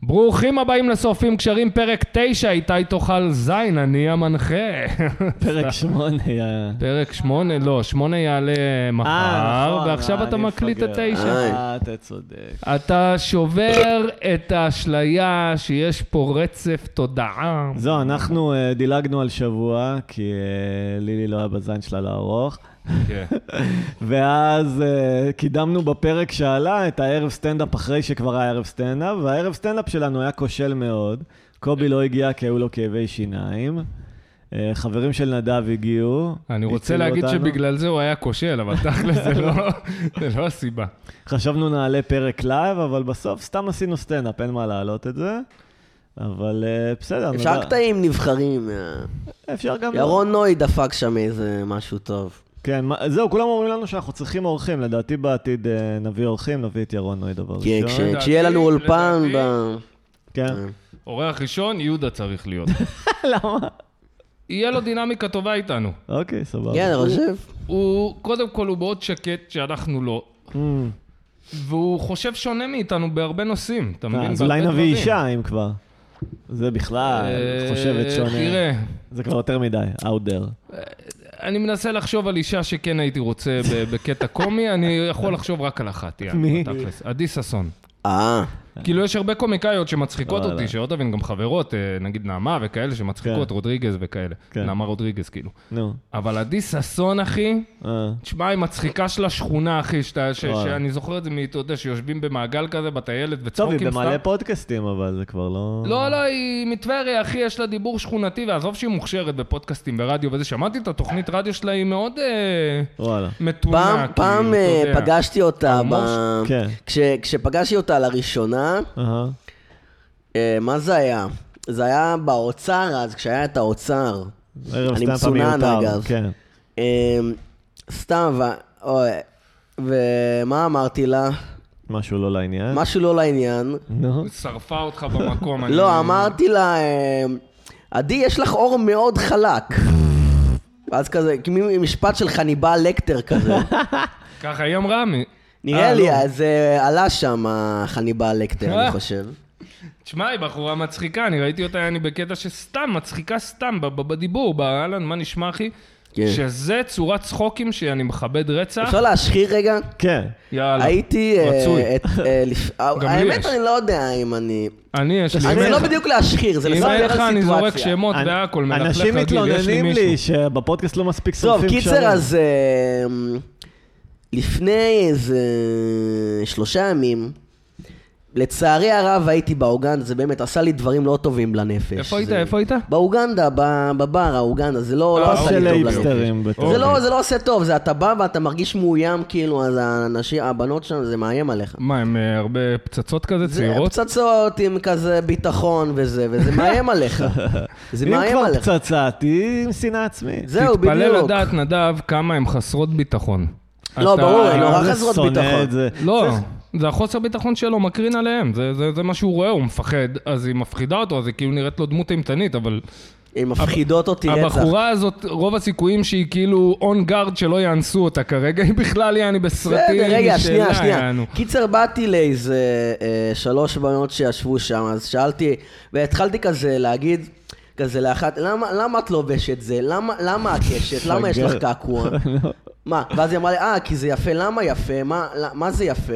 ברוכים הבאים לשורפים קשרים, פרק 9, איתי תאכל זין, אני המנחה. פרק 8 היה... פרק 8, לא, 8 יעלה מחר, ועכשיו אתה מקליט את 9. אתה צודק. אתה שובר את האשליה שיש פה רצף תודעה. זו, אנחנו דילגנו על שבוע, כי לילי לא היה בזין שלה לארוך. ואז קידמנו בפרק שעלה את הערב סטנדאפ אחרי שכבר היה ערב סטנדאפ, והערב סטנדאפ שלנו היה כושל מאוד. קובי לא הגיע כי היו לו כאבי שיניים. חברים של נדב הגיעו. אני רוצה להגיד שבגלל זה הוא היה כושל, אבל תכל'ס זה לא הסיבה. חשבנו נעלה פרק לייב, אבל בסוף סתם עשינו סטנדאפ, אין מה להעלות את זה. אבל בסדר. אפשר קטעים נבחרים. אפשר גם... ירון נוי דפק שם איזה משהו טוב. כן, זהו, כולם אומרים לנו שאנחנו צריכים אורחים, לדעתי בעתיד נביא אורחים, נביא את ירון נוי דבר ראשון. כן, כשיהיה לנו אולפן כן. אורח ראשון, יהודה צריך להיות. למה? יהיה לו דינמיקה טובה איתנו. אוקיי, סבבה. כן, אני חושב. קודם כל הוא מאוד שקט שאנחנו לא. והוא חושב שונה מאיתנו בהרבה נושאים. אז אולי נביא אישה, אם כבר. זה בכלל, חושבת שונה. תראה. זה כבר יותר מדי, out there. אני מנסה לחשוב על אישה שכן הייתי רוצה בקטע קומי, אני יכול לחשוב רק על אחת. מי? עדי ששון. אה. כאילו יש הרבה קומיקאיות שמצחיקות אותי, שעוד אבין גם חברות, נגיד נעמה וכאלה שמצחיקות, רודריגז וכאלה. נעמה רודריגז כאילו. אבל עדי ששון אחי, תשמע, היא מצחיקה של השכונה אחי, שאני זוכר את זה אתה יודע, שיושבים במעגל כזה בטיילת וצחוקים סתם. טוב, היא במלא פודקאסטים, אבל זה כבר לא... לא, היא מטבריה אחי, יש לה דיבור שכונתי, ועזוב שהיא מוכשרת בפודקאסטים ברדיו וזה, שמעתי את התוכנית רדיו שלה, היא מאוד מתונה. פעם פגשתי אותה, כשפגשתי אותה לראשונה, מה זה היה? זה היה באוצר אז, כשהיה את האוצר. אני מצונן אגב. סתם, ומה אמרתי לה? משהו לא לעניין. משהו לא לעניין. שרפה אותך במקום. לא, אמרתי לה, עדי, יש לך אור מאוד חלק. אז כזה, משפט של חניבל לקטר כזה. ככה היא אמרה מי. נראה לי, אז עלה שם חניבל לקטר, אני חושב. תשמע, היא בחורה מצחיקה, אני ראיתי אותה, אני בקטע שסתם, מצחיקה סתם, בדיבור, באלן, מה נשמע אחי? שזה צורת צחוקים שאני מכבד רצח. אפשר להשחיר רגע? כן. יאללה, הייתי... רצוי. האמת אני לא יודע אם אני... יש לי. זה לא בדיוק להשחיר, זה לספר על סיטואציה. אם אין לך, אני זורק שמות והכל, מלכלך רגיל, אנשים מתלוננים לי שבפודקאסט לא מספיק שורפים קשרים. טוב, קיצר, אז לפני איזה 3 ימים, לצערי הרב הייתי באוגנדה, זה באמת עשה לי דברים לא טובים לנפש. איפה היית? באוגנדה, בבר האוגנדה, זה לא עשה לי טוב לנפש. זה לא עושה טוב, זה אתה בא ואתה מרגיש מאוים, כאילו, אז הבנות שם, זה מאיים עליך. מה, הם הרבה פצצות כזה, צעירות? פצצות עם כזה ביטחון וזה מאיים עליך. זה מאיים עליך. אם כבר פצצה, תהי עם שנאה עצמית. זהו, בדיוק. תתפלא לדעת, נדב, כמה הם חסרות ביטחון. לא, ברור, הם נורא חסרות ביטחון. לא. זה החוסר ביטחון שלו, מקרין עליהם, זה מה שהוא רואה, הוא מפחד, אז היא מפחידה אותו, אז היא כאילו נראית לו דמות אימתנית, אבל... היא מפחידות אותי רצח. הבחורה הזאת, רוב הסיכויים שהיא כאילו און גארד שלא יאנסו אותה כרגע, היא בכלל יעני בסרטים. רגע, שנייה. קיצר באתי לאיזה 3 בנות שישבו שם, אז שאלתי, והתחלתי כזה להגיד, כזה לאחת, למה את לובשת זה? למה הקשת? למה יש לך קעקוע? מה? ואז היא אמרה לי, כי זה יפה, למה יפה? מה זה יפה?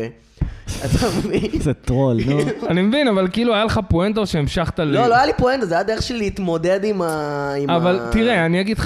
זה טרול, נו. אני מבין, אבל כאילו היה לך פואנטה שהמשכת לי... לא היה לי פואנטה, זה היה דרך שלי להתמודד עם אבל תראה, אני אגיד לך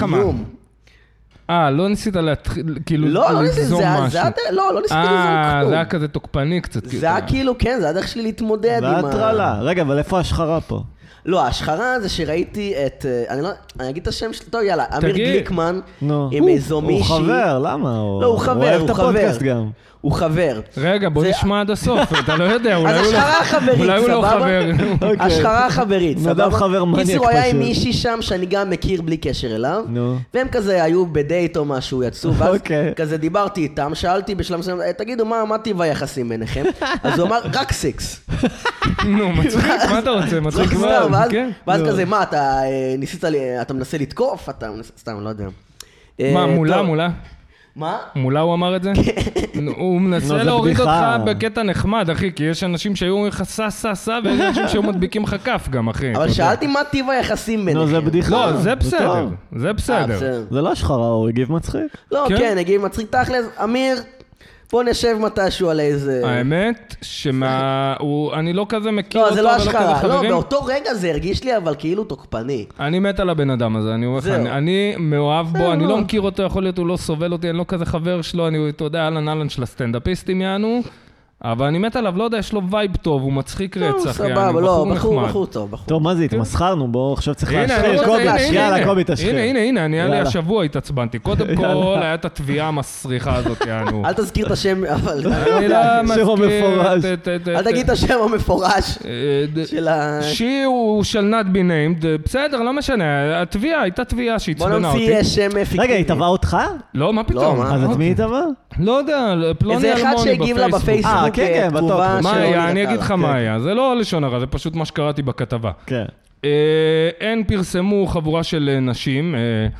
מה. לא ניסית כאילו לגזום משהו. לא ניסית לגזום כלום. זה היה כזה תוקפני קצת. זה היה כאילו, כן, זה היה דרך שלי להתמודד עם והטרלה. רגע, אבל איפה ההשחרה פה? לא, ההשחרה זה שראיתי את... אני אגיד את השם שלו, טוב, יאללה, אמיר גליקמן, עם איזו מישהי... הוא חבר, למה? לא, הוא חבר, הוא אוהב את הפודקאסט גם. הוא חבר. רגע, בוא נשמע עד הסוף, אתה לא יודע, אז השחרה חברית, סבבה? השחרה חברית, סבבה? חבר מניאק פשוט. קיצור, היה עם מישהי שם שאני גם מכיר בלי קשר אליו, והם כזה היו בדייט או משהו, יצאו, ואז כזה דיברתי איתם, שאלתי בשלב מסוים, תגידו, מה טיב היחסים ביניכם? אז הוא אמר, רק סקס. נו, מצחיק, מה אתה רוצה? מצחיק מאוד, כן? ואז כזה, מה, אתה מנסה לתקוף? אתה סתם, לא יודע. מה, מולה? מה? מולה הוא אמר את זה? הוא מנסה להוריד אותך בקטע נחמד, אחי, כי יש אנשים שהיו אומרים לך סע, ויש אנשים שהיו מדביקים לך כף גם, אחי. אבל שאלתי מה טיב היחסים ביניכם. נו, זה בדיחה. לא, זה בסדר, זה בסדר. זה לא השחרה, הוא הגיב מצחיק. לא, כן, הגיב מצחיק תכלס. אמיר, בוא נשב מתישהו על איזה... האמת, אני לא כזה מכיר אותו ולא כזה חברים. לא, זה לא השחרה. לא, באותו רגע זה הרגיש לי, אבל כאילו תוקפני. אני מת על הבן אדם הזה, אני מאוהב בו, אני לא מכיר אותו, יכול להיות, הוא לא סובל אותי, אני לא כזה חבר שלו, אני, אתה יודע, אלן של הסטנדאפיסטים יענו. אבל אני מת עליו, לא יודע, יש לו וייב טוב, הוא מצחיק רצח, סבבה, לא, בחור טוב. טוב, מה זה, התמסחרנו, בוא, עכשיו צריך להשחיר, קובי, יאללה, קובי תשחיר. הנה, אני היה לי השבוע התעצבנתי, קודם כל, היה את התביעה המסריחה הזאת, יענו. אל תזכיר את השם, אבל... אני לא מזכיר... אל תגיד את השם המפורש של ה... הוא של not be named, בסדר, לא משנה, התביעה, הייתה תביעה שהצבנה אותי. בוא נמציא שם אפקטיבי. רגע, היא תבעה אותך? לא, מה פתאום? אז את מי היא תבעה? לא יודע, פלוני אלמוני בפייסבוק. כן, בטוב. מה היה? אני אגיד לך מה היה. זה לא לשון הרע, זה פשוט מה שקראתי בכתבה. כן. הן פרסמו חבורה של נשים,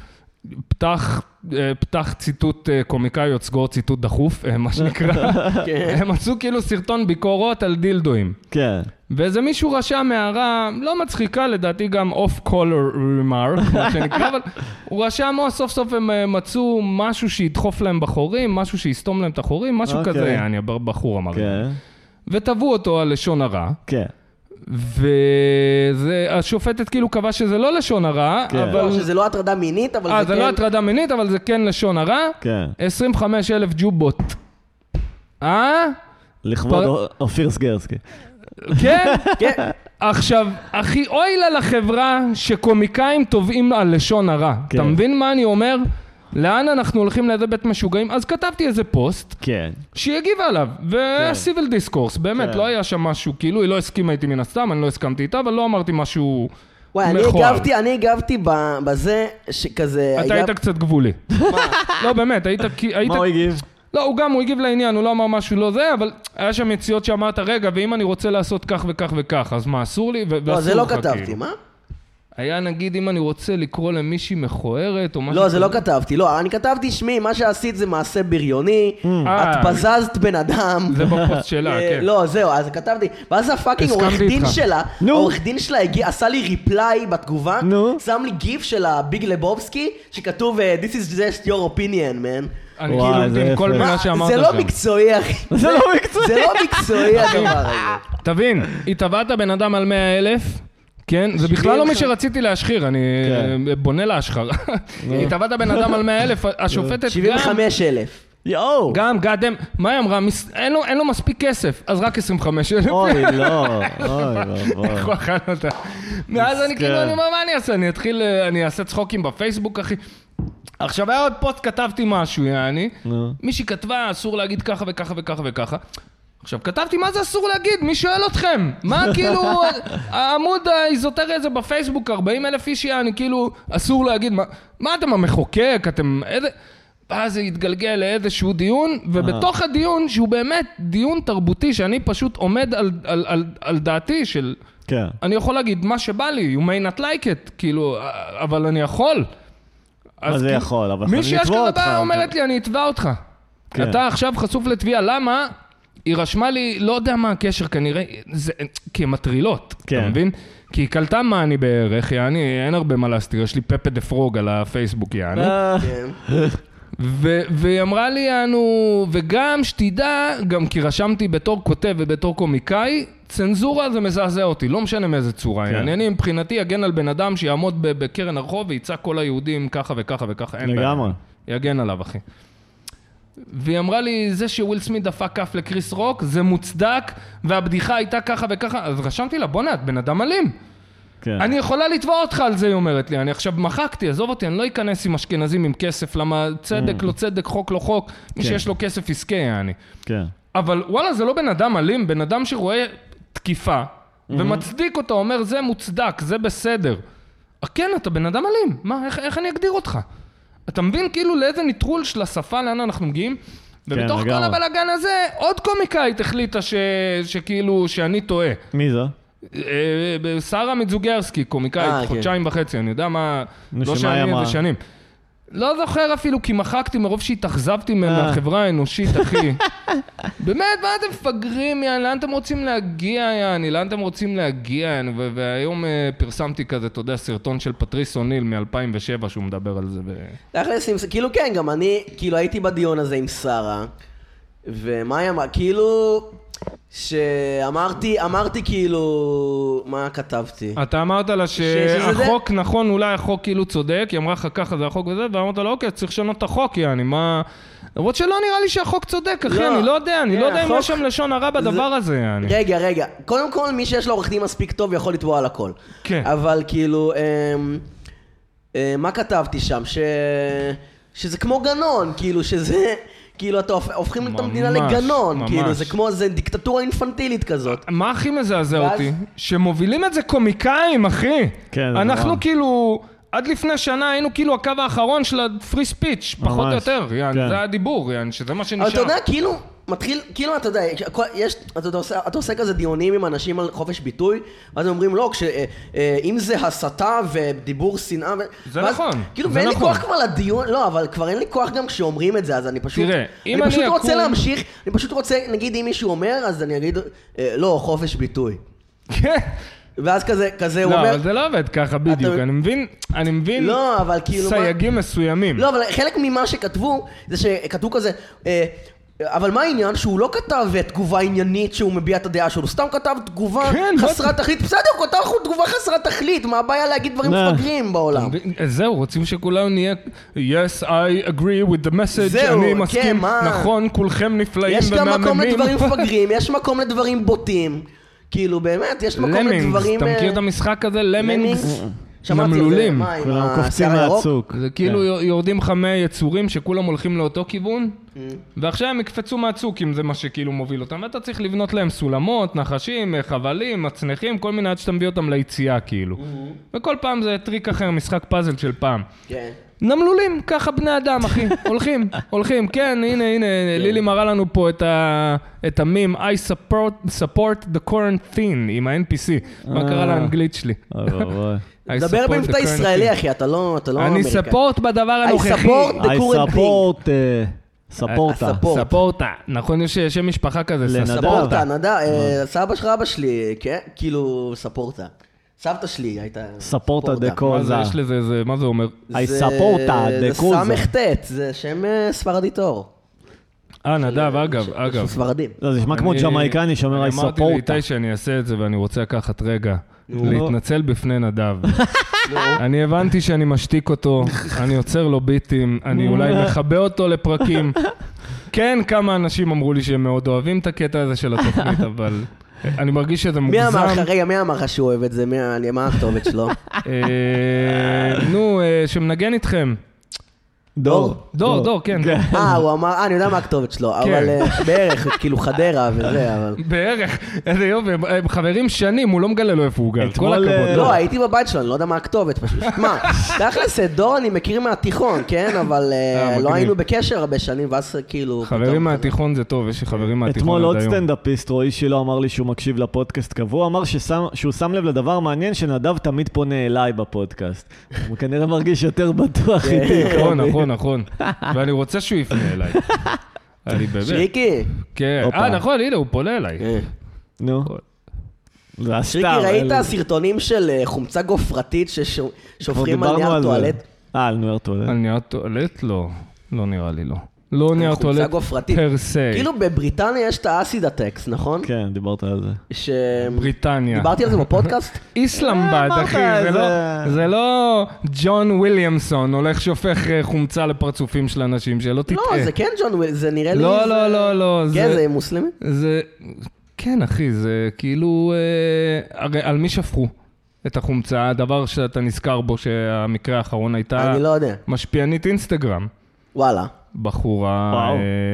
פתח ציטוט קומיקאיות, סגור ציטוט דחוף, מה שנקרא. הם עשו כאילו סרטון ביקורות על דילדואים. כן. ואיזה מישהו רשם הערה, לא מצחיקה, לדעתי גם off-color remark, מה שנקרא, אבל הוא רשם, סוף סוף הם מצאו משהו שידחוף להם בחורים, משהו שיסתום להם את החורים, משהו כזה, אני הבחור אמר. כן. וטבעו אותו על לשון הרע. כן. והשופטת כאילו קבע שזה לא לשון הרע, אבל... שזה לא הטרדה מינית, אבל זה כן... זה לא הטרדה מינית, אבל זה כן לשון הרע. כן. 25,000 ג'ובות. לכבוד אופיר סגרסקי. כן? כן. עכשיו, הכי אוי לה לחברה שקומיקאים טובעים על לשון הרע. אתה מבין מה אני אומר? לאן אנחנו הולכים לאיזה בית משוגעים? אז כתבתי איזה פוסט, שיגיב עליו, וסיביל דיסקורס, באמת, לא היה שם משהו, כאילו היא לא הסכימה איתי מן הסתם, אני לא הסכמתי איתה, אבל לא אמרתי משהו מכוער. אני הגבתי בזה שכזה... אתה היית קצת גבולי. לא, באמת, היית... מה הוא הגיב? לא, הוא הגיב לעניין, הוא לא אמר משהו לא זה, אבל היה שם יציאות שאמרת, רגע, ואם אני רוצה לעשות כך וכך וכך, אז מה, אסור לי? לא, זה לא כתבתי, מה? היה נגיד אם אני רוצה לקרוא למישהי מכוערת או משהו... לא, זה לא כתבתי, לא, אני כתבתי, שמי, מה שעשית זה מעשה בריוני, את בזזת בן אדם. זה בפוסט שלה, כן. לא, זהו, אז כתבתי, ואז הפאקינג עורך דין שלה עשה לי ריפליי בתגובה, שם לי גיף של הביג לבובסקי, שכתוב, This is just your opinion, man. אני כאילו עם כל מילה שאמרת שם. זה לא מקצועי, אחי. זה לא מקצועי. זה לא מקצועי, הדבר הזה. תבין, היא טבעת בן אדם על 100,000, כן? זה בכלל לא מי שרציתי להשחיר, אני בונה להשחר. היא טבעת בן אדם על 100,000, השופטת 75,000. יואו. גם גאדם, מה היא אמרה? אין לו מספיק כסף, אז רק 25,000. אוי, לא. אוי, איך הוא אכל אותה? ואז אני כאילו, אני אומר, מה אני אעשה? אני אעשה צחוקים בפייסבוק, אחי. עכשיו היה עוד פוסט, כתבתי משהו, יעני. מישהי כתבה, אסור להגיד ככה וככה וככה וככה. עכשיו, כתבתי, מה זה אסור להגיד? מי שואל אתכם? מה כאילו, העמוד האיזוטרי הזה בפייסבוק, 40,000 איש, אני כאילו, אסור להגיד, מה אתם המחוקק? אתם איזה... ואז זה התגלגל לאיזשהו דיון, ובתוך הדיון, שהוא באמת דיון תרבותי, שאני פשוט עומד על דעתי של... כן. אני יכול להגיד מה שבא לי, you may not like it, כאילו, אבל אני יכול. אז זה יכול, אבל אני אתבע אותך. מי שישכרה אומרת לי, אני אתבע אותך. אתה עכשיו חשוף לתביעה, למה? היא רשמה לי, לא יודע מה הקשר, כנראה, כי הן מטרילות, אתה מבין? כי היא קלטה מה אני בערך, אין הרבה מה להסתיר, יש לי פפה דה פרוג על הפייסבוק, והיא אמרה לי, וגם שתדע, גם כי רשמתי בתור כותב ובתור קומיקאי, צנזורה זה מזעזע אותי, לא משנה מאיזה צורה. אני מבחינתי אגן על בן אדם שיעמוד בקרן הרחוב ויצא כל היהודים ככה וככה וככה, אין בעיה. יגן עליו, אחי. והיא אמרה לי, זה שוויל סמית דפק כף לקריס רוק, זה מוצדק, והבדיחה הייתה ככה וככה, אז רשמתי לה, בוא נת, בן אדם אלים. אני יכולה לתבוע אותך על זה, היא אומרת לי. אני עכשיו מחקתי, עזוב אותי, אני לא אכנס עם אשכנזים עם כסף, למה צדק לא צדק, חוק לא חוק, מי שיש לו כסף עסקי, יעני. אבל וואלה, זה לא בן אדם אלים, בן אדם שרואה תקיפה, ומצדיק אותו, אומר, זה מוצדק, זה בסדר. כן, אתה בן אדם אלים, מה, איך אני אגדיר אותך? אתה מבין כאילו לאיזה ניטרול של השפה, לאן אנחנו מגיעים? ובתוך כל הבלגן הזה, עוד קומיקאית החליטה שכאילו, שאני טועה. מי זו? שרה מיטזוגרסקי, קומיקאית, 1.5 חודשים, אני יודע מה, לא שאני איזה שנים. לא זוכר אפילו, כי מחקתי מרוב שהתאכזבתי מהחברה האנושית, אחי. באמת, מה אתם מפגרים, יעני? לאן אתם רוצים להגיע, יעני? לאן אתם רוצים להגיע, יעני? והיום פרסמתי כזה, אתה יודע, סרטון של פטריס אוניל מ-2007, שהוא מדבר על זה. כאילו כן, גם אני, כאילו הייתי בדיון הזה עם שרה, ומה היא אמרה? כאילו... אמרתי כאילו, מה כתבתי? אתה אמרת לה שהחוק נכון, אולי החוק כאילו צודק, היא אמרה לך ככה זה החוק וזה, ואמרת לה אוקיי, צריך לשנות את החוק, יעני, מה... למרות שלא נראה לי שהחוק צודק, אחי, אני לא יודע אם יש שם לשון הרע בדבר הזה, יעני. רגע, קודם כל מי שיש לו עורך דין מספיק טוב יכול לתבוע על הכל. כן. אבל כאילו, מה כתבתי שם? שזה כמו גנון, כאילו שזה... כאילו, אתה הופכים את המדינה לגנון, כאילו, זה כמו, זה דיקטטורה אינפנטילית כזאת. מה הכי מזעזע אותי? שמובילים את זה קומיקאים, אחי. אנחנו כאילו, עד לפני שנה היינו כאילו הקו האחרון של הפרי ספיץ', פחות או יותר, זה היה דיבור, שזה מה שנשאר. אבל אתה יודע, כאילו, מתחיל, כאילו, אתה יודע, אתה עושה כזה דיונים עם אנשים על חופש ביטוי, ואז הם אומרים, לא, אם זה הסתה ודיבור שנאה, זה נכון, כאילו, ואין לי כוח כבר לדיון, לא, אבל כבר אין לי כוח גם כשאומרים את זה, אז אני פשוט רוצה להמשיך, אני פשוט רוצה, נגיד, אם מישהו אומר, אז אני אגיד, לא, חופש ביטוי. כן. ואז כזה הוא אומר... לא, אבל זה לא עובד ככה בדיוק, אני מבין סייגים מסוימים. לא, אבל חלק ממה שכתבו, זה שכתבו כזה... אבל מה העניין? שהוא לא כתב תגובה עניינית שהוא מביע את הדעה שלו, הוא סתם כתב תגובה חסרת תכלית. בסדר, הוא כתב תגובה חסרת תכלית, מה הבעיה להגיד דברים מפגרים בעולם? זהו, רוצים שכולנו נהיה Yes, I agree with the message, אני מסכים, נכון, כולכם נפלאים ומאממים. יש גם מקום לדברים מפגרים, יש מקום לדברים בוטים, כאילו באמת, יש מקום לדברים... אתה מכיר את המשחק הזה? למינגס? נמלולים, כולם קופצים מהצוק. זה כאילו יורדים 5 יצורים שכולם הולכים לאותו כיוון, ועכשיו הם יקפצו מהצוק אם זה מה שכאילו מוביל אותם, ואתה צריך לבנות להם סולמות, נחשים, חבלים, מצנחים, כל מיני עד שאתה מביא אותם ליציאה כאילו. וכל פעם זה טריק אחר, משחק פאזל של פעם. נמלולים, ככה בני אדם אחי, הולכים, כן, הנה, לילי מראה לנו פה את המים, I support the current thing עם ה-NPC, מה קרה לאנגלית שלי? דבר במבטא ישראלי אחי, אתה לא אמריקאי. אני ספורט בדבר הנוכחי. ספורטה, נכון יש שם משפחה כזה, ספורטה, נדב, סבא שלך אבא שלי, כן, כאילו ספורטה. סבתא שלי הייתה... ספורטה דקוזה. יש לזה, מה זה אומר? ספורטה דקוזה. זה סמכתת, זה שם ספרדיטור. נדב, אגב. ספרדים. זה נשמע כמו ג'מייקני שאומר ספורטה. אמרתי לאיתי שאני אעשה את זה ואני רוצה לקחת רגע. להתנצל בפני נדב. אני הבנתי שאני משתיק אותו, אני יוצר לו ביטים, אני אולי מחבא אותו לפרקים. כן, כמה אנשים אמרו לי שהם מאוד אוהבים את הקטע הזה של התוכנית, אבל אני מרגיש שזה מוגזם. מי אמר לך שהוא אוהב את זה? מה הכתובת שלו? נו, שמנגן איתכם. דור, כן. הוא אמר, אני יודע מה הכתובת שלו, אבל בערך, כאילו חדרה וזה, אבל... בערך, איזה יופי, הם חברים שנים, הוא לא מגלה לו איפה הוא גר, כל הכבוד. לא, הייתי בבית שלו, אני לא יודע מה הכתובת פשוט. מה, תכלס, דור אני מכיר מהתיכון, כן, אבל לא היינו בקשר הרבה שנים, ואז כאילו... חברים מהתיכון זה טוב, יש לי חברים מהתיכון אתמול עוד סטנדאפיסט, רועי שלו אמר לי שהוא מקשיב לפודקאסט קבוע, הוא אמר שהוא שם לב לדבר מעניין שנדב תמיד פונה אליי בפודקאסט. הוא כנראה מרגיש יותר בטוח איתי. נכון. ואני רוצה שהוא יפנה אליי. שריקי. כן. נכון, הנה, הוא פונה אליי. נו. שריקי, ראית סרטונים של חומצה גופרתית ששופכים על נייר טואלט? על נייר טואלט. על נייר טואלט? לא. לא נראה לי לא. לא נייר טואלט פר סי. כאילו בבריטניה יש את האסידטקס, נכון? כן, דיברת על זה. בריטניה. דיברתי על זה בפודקאסט? איסלאמבאד, אחי, זה לא ג'ון וויליאמסון הולך שופך חומצה לפרצופים של אנשים, שלא תטעה. לא, זה כן ג'ון וויליאמסון, זה נראה לי... לא. כן, זה מוסלמי? כן, אחי, זה כאילו... הרי על מי שפכו את החומצה, הדבר שאתה נזכר בו שהמקרה האחרון הייתה... אני לא יודע. משפיענית אינסטגרם. וואלה. בחורה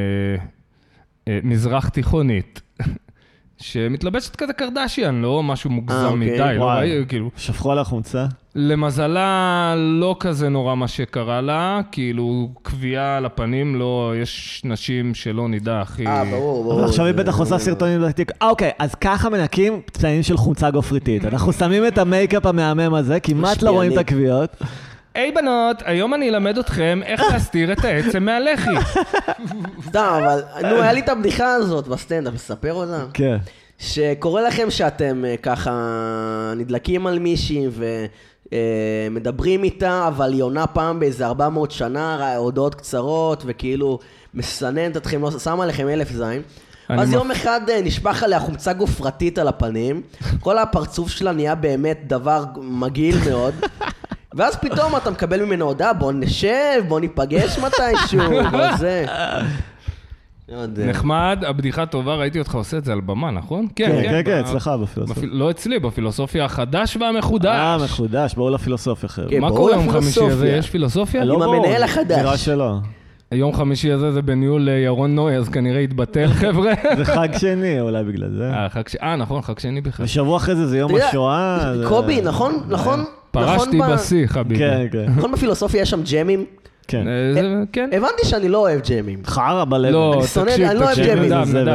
מזרח תיכונית שמתלבשת כזה קרדשיאן, לא משהו מוגזם מדי, לא כאילו. שפכו עליה חומצה? למזלה לא כזה נורא מה שקרה לה, כאילו קביעה על הפנים, לא, יש נשים שלא נדע, אחי. ברור. אבל עכשיו היא בטח עושה סרטונים בטיק. אוקיי, אז ככה מנקים פצעים של חומצה גופריתית. אנחנו שמים את המייקאפ המהמם הזה, כמעט לא רואים את הקביעות. היי בנות, היום אני אלמד אתכם איך להסתיר את העצם מהלחי. סתם, אבל, נו, היה לי את הבדיחה הזאת בסטנדאפ, מספר אותה? כן. שקורה לכם שאתם ככה נדלקים על מישהי ומדברים איתה, אבל היא עונה פעם באיזה 400 שנה, הודעות קצרות, וכאילו מסננת אתכם, לא שמה לכם 1000 זין. אז יום אחד נשפך עליה חומצה גופרתית על הפנים, כל הפרצוף שלה נהיה באמת דבר מגעיל מאוד, ואז פתאום אתה מקבל ממנו הודעה, בוא נשב, בוא ניפגש מתישהו, וזה. נחמד, הבדיחה טובה, ראיתי אותך עושה את זה על במה, נכון? כן, אצלך בפילוסופיה. לא אצלי, בפילוסופיה החדש והמחודש. מחודש, בואו לפילוסופיה אחרת. מה קורה יום חמישי הזה? יש פילוסופיה? עם המנהל החדש. נראה שלא. היום חמישי הזה זה בניהול ירון נוי, אז כנראה יתבטל, חבר'ה. זה חג שני, אולי בגלל זה. נכון, חג שני בכלל. ושבוע אחרי זה יום השואה. קובי, נכון? פרשתי בשיא, חביבי. כן. נכון בפילוסופיה יש שם ג'מים? כן. הבנתי שאני לא אוהב ג'מים. חרא בלב. לא, תקשיב, אני לא אוהב ג'מים.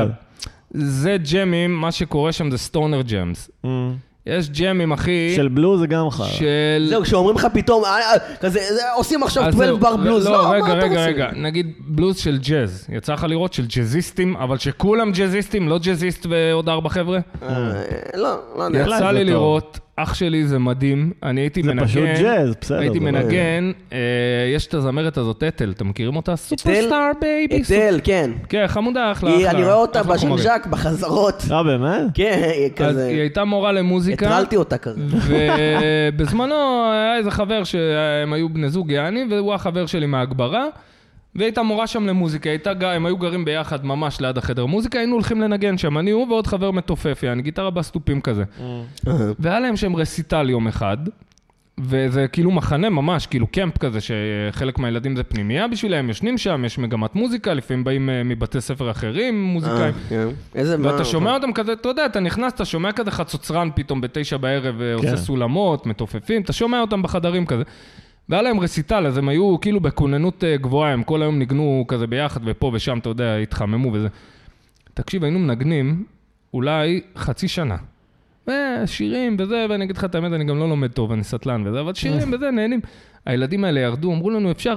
זה ג'מים, מה שקורה שם זה סטונר ג'מס. יש ג'מים, אחי. של בלוז זה גם חרא. זהו, כשאומרים לך פתאום, כזה, עושים עכשיו 12 בר בלוז. לא, רגע. נגיד בלוז של ג'אז. יצא לך לראות של ג'אזיסטים, אבל שכולם ג'אזיסטים, לא ג'אזיסט ועוד 4 חבר'ה? לא. יצא לי לראות, אח שלי זה מדהים, אני הייתי מנגן. זה פשוט ג'אז, בסדר. הייתי מנגן, יש את הזמרת הזאת, אתל, אתם מכירים אותה? סופרסטאר בייבי. אתל, כן. כן, חמודה, אחלה. אני רואה אותה בז'נז'ק, בחזרות. באמת? כן, כזה. היא הייתה מורה למוזיקה. הטרלתי אותה כזה. ובזמנו היה איזה חבר שהם היו בני זוג יעני, והוא החבר שלי מהגברה. והייתה מורה שם למוזיקה, הם היו גרים ביחד ממש ליד החדר מוזיקה, היינו הולכים לנגן שם, אני הוא ועוד חבר מתופף, יעני, גיטרה בסטופים כזה. והיה להם שם רסיטל יום אחד, וזה כאילו מחנה ממש, כאילו קמפ כזה, שחלק מהילדים זה פנימייה בשבילם, ישנים שם, יש מגמת מוזיקה, לפעמים באים מבתי ספר אחרים, מוזיקאים. ואתה שומע אותם כזה, אתה יודע, אתה נכנס, אתה שומע כזה חצוצרן פתאום ב9 בערב, ועושה סולמות, מתופפים, אתה שומע אותם בחדרים כזה. והיה להם רסיטל, אז הם היו כאילו בכוננות גבוהה, הם כל היום ניגנו כזה ביחד, ופה ושם, אתה יודע, התחממו וזה. תקשיב, היינו מנגנים אולי חצי שנה. ושירים וזה, ואני אגיד לך את האמת, אני גם לא לומד טוב, אני סטלן וזה, אבל שירים וזה, נהנים. הילדים האלה ירדו, אמרו לנו, אפשר.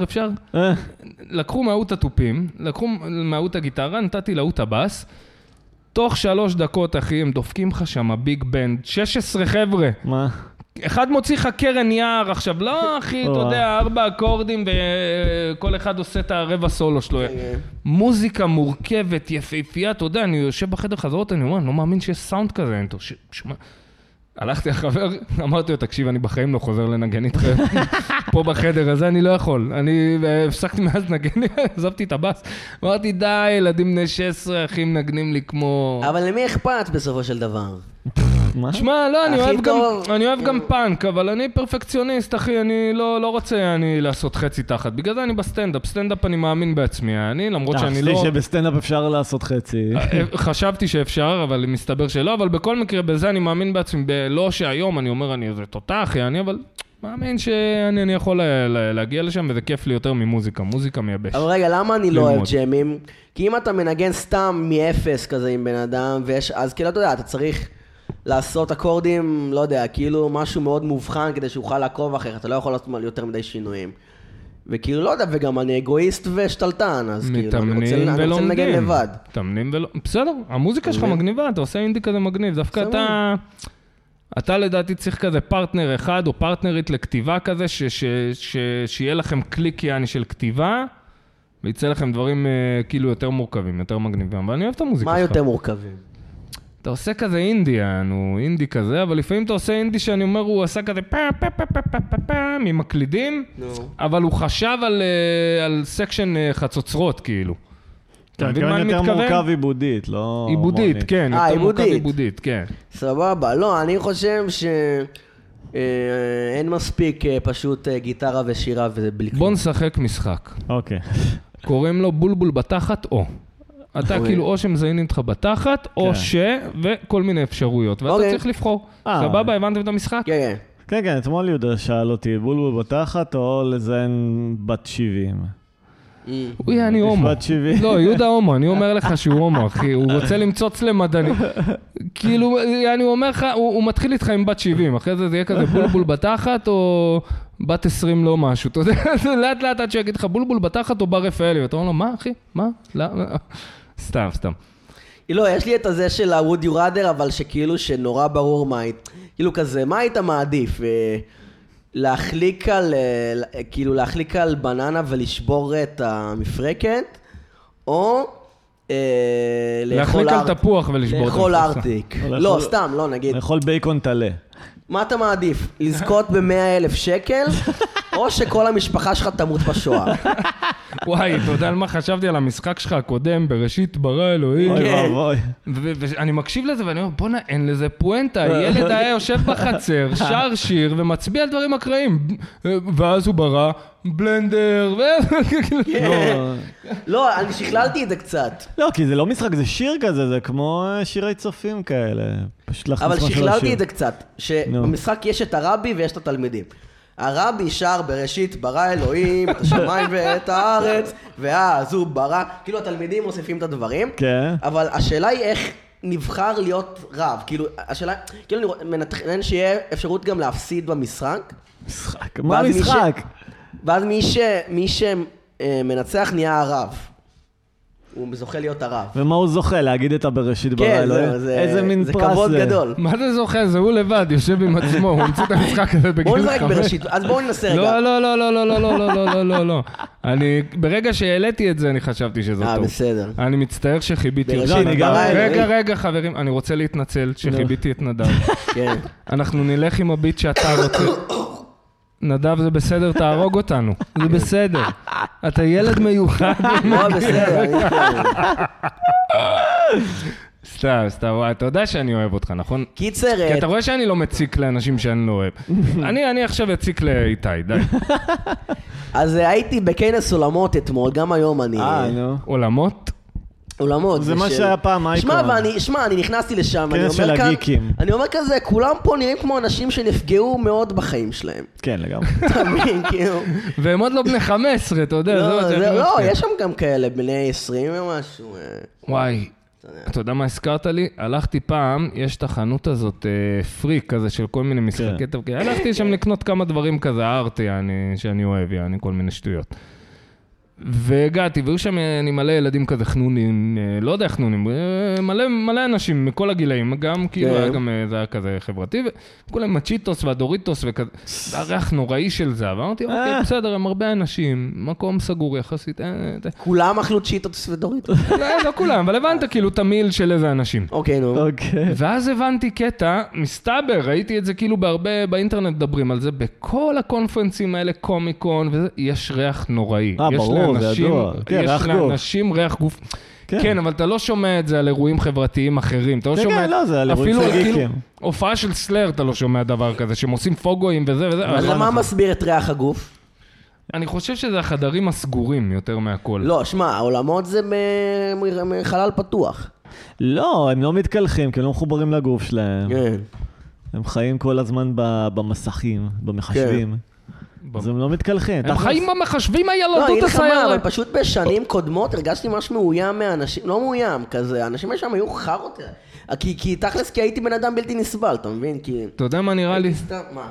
לקחו מהות התופים, לקחו מהות הגיטרה, נתתי להות הבאס. תוך 3 דקות, אחי, הם דופקים לך שם, ביג בנד, 16 חבר'ה. מה? אחד מוציא לך קרן יער, עכשיו לא אחי, אתה יודע, 4 אקורדים וכל אחד עושה את הרבע סולו שלו. מוזיקה מורכבת, יפהפייה, אתה יודע, אני יושב בחדר חזרות, אני אומר, אני לא מאמין שיש סאונד כזה, הלכתי לחבר, אמרתי לו, תקשיב, אני בחיים לא חוזר לנגן איתכם, פה בחדר הזה אני לא יכול, אני הפסקתי מאז לנגן, עזבתי את הבאס, אמרתי, די, ילדים בני 16, אחים נגנים לי כמו... אבל למי אכפת בסופו של דבר? שמע, לא, אני אוהב גם פאנק, אבל אני פרפקציוניסט, אחי, אני לא רוצה לעשות חצי תחת, בגלל זה אני בסטנדאפ, סטנדאפ אני מאמין בעצמי, למרות שאני לא... שבסטנדאפ אפשר לעשות חצי. חשבתי שאפשר, אבל מסתבר שלא, אבל בכל מקרה, בזה אני מאמין בעצמי, לא שהיום אני אומר, אני איזה תותח, אבל מאמין שאני יכול להגיע לשם, וזה כיף לי יותר ממוזיקה, מוזיקה מייבש. אבל רגע, למה אני לא אוהב ג'מים? כי אם אתה מנגן סתם מ-0 כזה עם בן אדם, אז כאילו, אתה יודע, אתה צריך לעשות אקורדים, לא יודע, כאילו משהו מאוד מובחן כדי שאוכל לעקוב אחר, אתה לא יכול לעשות יותר מדי שינויים. וכאילו, לא יודע, וגם אני אגואיסט ושתלטן, אז כאילו, אני רוצה לנגן לבד. מתאמנים ולא... בסדר, המוזיקה שלך מגניבה, אתה עושה אינדי כזה מגניב, דווקא אתה לדעתי צריך כזה פרטנר אחד או פרטנרית לכתיבה כזה, שיהיה לכם קליק יעני של כתיבה, ויצא לכם דברים כאילו יותר מורכבים, יותר מגניבים, אבל אני אוהב את המוזיקה שלך. מה יותר מורכבים? אתה עושה כזה אינדי, אינדי כזה, אבל לפעמים אתה עושה אינדי שאני אומר, הוא עשה כזה ממקלידים, אבל הוא חשב על סקשן חצוצרות, כאילו. אתה מבין מה אני מתכוון? יותר מורכב עיבודית, לא... עיבודית, כן. יותר מורכב עיבודית, כן. סבבה, לא, אני חושב שאין מספיק פשוט גיטרה ושירה ובלי כלום. בוא נשחק משחק. אוקיי. קוראים לו בולבול בתחת או. אתה כאילו או שמזיינים אותך בתחת, או וכל מיני אפשרויות. ואתה צריך לבחור. סבבה, הבנתם את המשחק? כן. כן, אתמול יהודה שאל אותי, בולבול בתחת או לזיין בת 70? הוא יהיה אני הומו. לא, יהודה הומו, אני אומר לך שהוא הומו, אחי. הוא רוצה למצוץ למדעני. כאילו, אני אומר לך, הוא מתחיל איתך עם בת 70. אחרי זה יהיה כזה בולבול בתחת, או בת 20 לא משהו, אתה יודע, לאט לאט עד שיגיד לך בולבול בתחת או בר רפאלי, ואתה אומר לו, מה אחי? מה? לא, סתם. לא, יש לי את הזה של ה-Would you rather, אבל שכאילו שנורא ברור מה היית, כאילו כזה, מה היית מעדיף? להחליק על בננה ולשבור את המפרקת, או להחליק על תפוח ולשבור את המפרקת. לאכול ארטיק. לא, סתם, לא נגיד. לאכול בייקון תלה. מה אתה מעדיף? לזכות ב100,000 שקל, או שכל המשפחה שלך תמות בשואה? וואי, אתה יודע על מה חשבתי על המשחק שלך הקודם, בראשית ברא אלוהים. ואני מקשיב לזה ואני אומר, בוא'נה, אין לזה פואנטה. ילד היה יושב בחצר, שר שיר ומצביע על דברים אקראיים. ואז הוא ברא בלנדר, לא, אני שכללתי את זה קצת. לא, כי זה לא משחק, זה שיר כזה, זה כמו שירי צופים כאלה. אבל שכללתי את זה קצת, שבמשחק יש את הרבי ויש את התלמידים. הרבי שר בראשית ברא אלוהים את השמיים ואת הארץ, ואז הוא ברא, כאילו התלמידים מוסיפים את הדברים, אבל השאלה היא איך נבחר להיות רב, כאילו השאלה, כאילו אני מנתכנן שיהיה אפשרות גם להפסיד במשחק. משחק? מה משחק? ואז מי שמנצח נהיה הרב. הוא זוכה להיות הרב. ומה הוא זוכה? להגיד את הבראשית ברא אלוהים? איזה מין פרס זה. זה כבוד גדול. מה זה זוכה? זה הוא לבד, יושב עם עצמו, הוא המציא את המשחק הזה בגיל 5. בואו נזרק בראשית, אז בואו ננסה רגע. לא. ברגע שהעליתי את זה, אני חשבתי שזה טוב. בסדר. אני מצטער שחיביתי. רגע, חברים, אני רוצה להתנצל שחיביתי את נדב. כן. אנחנו נלך עם הביט שאתה רוצה. נדב, זה בסדר, תהרוג אותנו. זה בסדר. אתה ילד מיוחד. לא, בסדר. סתם, אתה יודע שאני אוהב אותך, נכון? קיצר... כי אתה רואה שאני לא מציק לאנשים שאני לא אוהב. אני עכשיו אציק לאיתי, די. אז הייתי בכנס עולמות אתמול, גם היום אני... נו. עולמות? עולמות. זה מה שהיה פעם אייקון. שמע, אני נכנסתי לשם, כנס של הגיקים. אני אומר כזה, כולם פה נראים כמו אנשים שנפגעו מאוד בחיים שלהם. כן, לגמרי. תמיד, כאילו. והם עוד לא בני 15, אתה יודע. לא, יש שם גם כאלה, בני 20 ומשהו. וואי, אתה יודע מה הזכרת לי? הלכתי פעם, יש את החנות הזאת, פריק כזה של כל מיני משחקי תבקי. הלכתי שם לקנות כמה דברים כזה, ארטי, שאני אוהב, כל מיני שטויות. והגעתי, והיו שם אני מלא ילדים כזה חנונים, לא יודע חנונים, מלא אנשים מכל הגילאים, גם כאילו היה גם, זה היה כזה חברתי, וכולם הצ'יטוס והדוריטוס וכזה, זה הריח נוראי של זה, ואמרתי, אוקיי, בסדר, הם הרבה אנשים, מקום סגור יחסית. כולם אכלו צ'יטוס ודוריטוס? לא כולם, אבל הבנת כאילו תמיל של איזה אנשים. אוקיי, נו. ואז הבנתי קטע, מסתבר, ראיתי את זה כאילו בהרבה, באינטרנט מדברים על זה, בכל הקונפרנסים האלה, קומיקון, יש ריח נוראי. ברור. יש לאנשים ריח גוף. כן, אבל אתה לא שומע את זה על אירועים חברתיים אחרים. אתה לא שומע... לא, זה על אירועים פגיקים. הופעה של סלר, אתה לא שומע דבר כזה, שהם עושים פוגויים וזה וזה. אז למה מסביר את ריח הגוף? אני חושב שזה החדרים הסגורים יותר מהכל. לא, שמע, העולמות זה מחלל פתוח. לא, הם לא מתקלחים, כי הם לא מחוברים לגוף שלהם. כן. הם חיים כל הזמן במסכים, במחשבים. אז הם לא מתקלחים. הם חיים במחשבים הילדות הסיירת. אבל פשוט בשנים קודמות הרגשתי ממש מאוים מהאנשים, לא מאוים כזה, האנשים שם היו חרות. כי תכלס, כי הייתי בן אדם בלתי נסבל, אתה מבין? אתה יודע מה נראה לי? מה?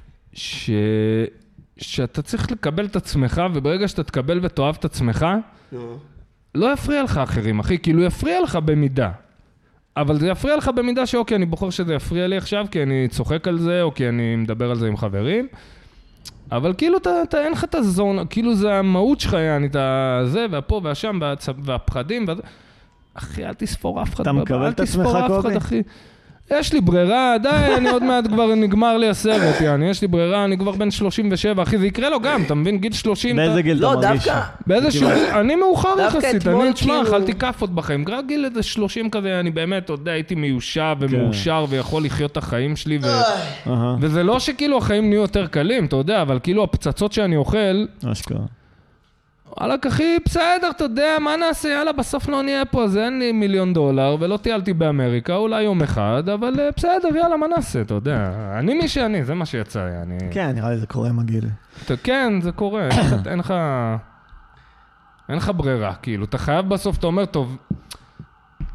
שאתה צריך לקבל את עצמך, וברגע שאתה תקבל ותאהב את עצמך, לא יפריע לך אחרים, אחי, כאילו יפריע לך במידה. אבל זה יפריע לך במידה שאוקיי, אני בוחר שזה יפריע לי עכשיו, כי אני צוחק על זה, או כי אני מדבר על זה עם חברים. אבל כאילו אתה אין לך את הזון, כאילו זה המהות שלך, את זה והפה והשם והפחדים. אחי, אל תספור אף אחד. אתה מקבל את עצמך קובי? יש לי ברירה, די, אני עוד מעט כבר נגמר לי הסרט, יש לי ברירה, אני כבר בן 37, אחי, זה יקרה לו גם, אתה מבין, גיל 30. באיזה גיל אתה מרגיש? באיזה שהוא, אני מאוחר יחסית, אני תשמע, אכלתי כפות בחיים, רק גיל איזה 30 כזה, אני באמת, יודע, הייתי מיושב ומאושר ויכול לחיות את החיים שלי, וזה לא שכאילו החיים נהיו יותר קלים, אתה יודע, אבל כאילו הפצצות שאני אוכל, אשכרה. וואלק, אחי, בסדר, אתה יודע, מה נעשה? יאללה, בסוף לא נהיה פה, אז אין לי $1,000,000, ולא טיילתי באמריקה, אולי יום אחד, אבל בסדר, יאללה, מה נעשה? אתה יודע, אני מי שאני, זה מה שיצא, כן, נראה לי זה קורה מגיל. כן, זה קורה, אין לך ברירה, כאילו, אתה חייב בסוף, אתה אומר, טוב,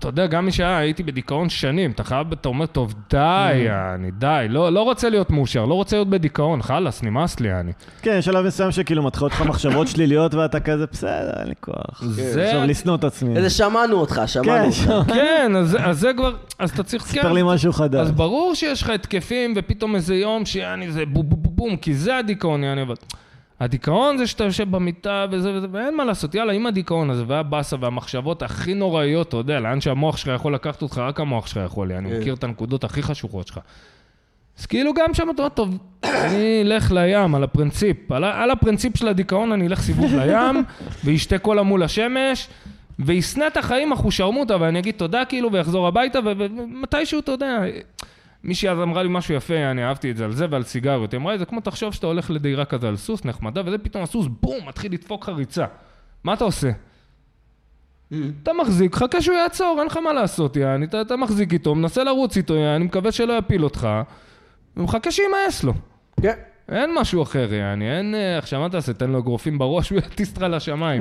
אתה יודע, גם הייתי בדיכאון שנים, אתה אומר, טוב, די, די, לא רוצה להיות מאושר, לא רוצה להיות בדיכאון, חלס, נמאס לי, כן, יש שלב מסוים שכאילו מתחילות לך מחשבות שליליות, ואתה כזה, בסדר, אין לי כוח. עכשיו לסנות עצמי. איזה שמענו אותך. כן, אז זה כבר, אז אתה צריך, ספר לי משהו חדש. אז ברור שיש לך התקפים, ופתאום איזה יום שיעני זה בום בום בום, כי זה הדיכאון, יעני, אבל הדיכאון זה שאתה יושב במיטה וזה, ואין מה לעשות, יאללה, עם הדיכאון הזה, והבאסה והמחשבות הכי נוראיות, אתה יודע, לאן שהמוח שלך יכול לקחת אותך, רק המוח שלך יכול, אני מכיר את הנקודות הכי חשוכות שלך. אז כאילו גם שם אתה אומר, טוב, אני אלך לים, על הפרינציפ, על הפרינציפ של הדיכאון, אני אלך סיבוב לים, וישתה קולה מול השמש, ויסנה את החיים אחושרמוטה, ואני אגיד תודה כאילו, ויחזור הביתה, ומתישהו אתה יודע, מישהי אז אמרה לי משהו יפה, אני אהבתי את זה על זה ועל סיגריות, היא אמרה, זה כמו תחשוב שאתה הולך לדירה כזה על סוס נחמדה, וזה פתאום הסוס, בום, מתחיל לדפוק חריצה. מה אתה עושה? אתה מחזיק, חכה שהוא יעצור, אין לך מה לעשות, אתה מחזיק איתו, מנסה לרוץ איתו, אני מקווה שלא יפיל אותך, ומחכה שימאס לו. כן. אין משהו אחר, אין, עכשיו מה תעשה, תן לו אגרופים בראש, הוא יטיסטרה לשמיים.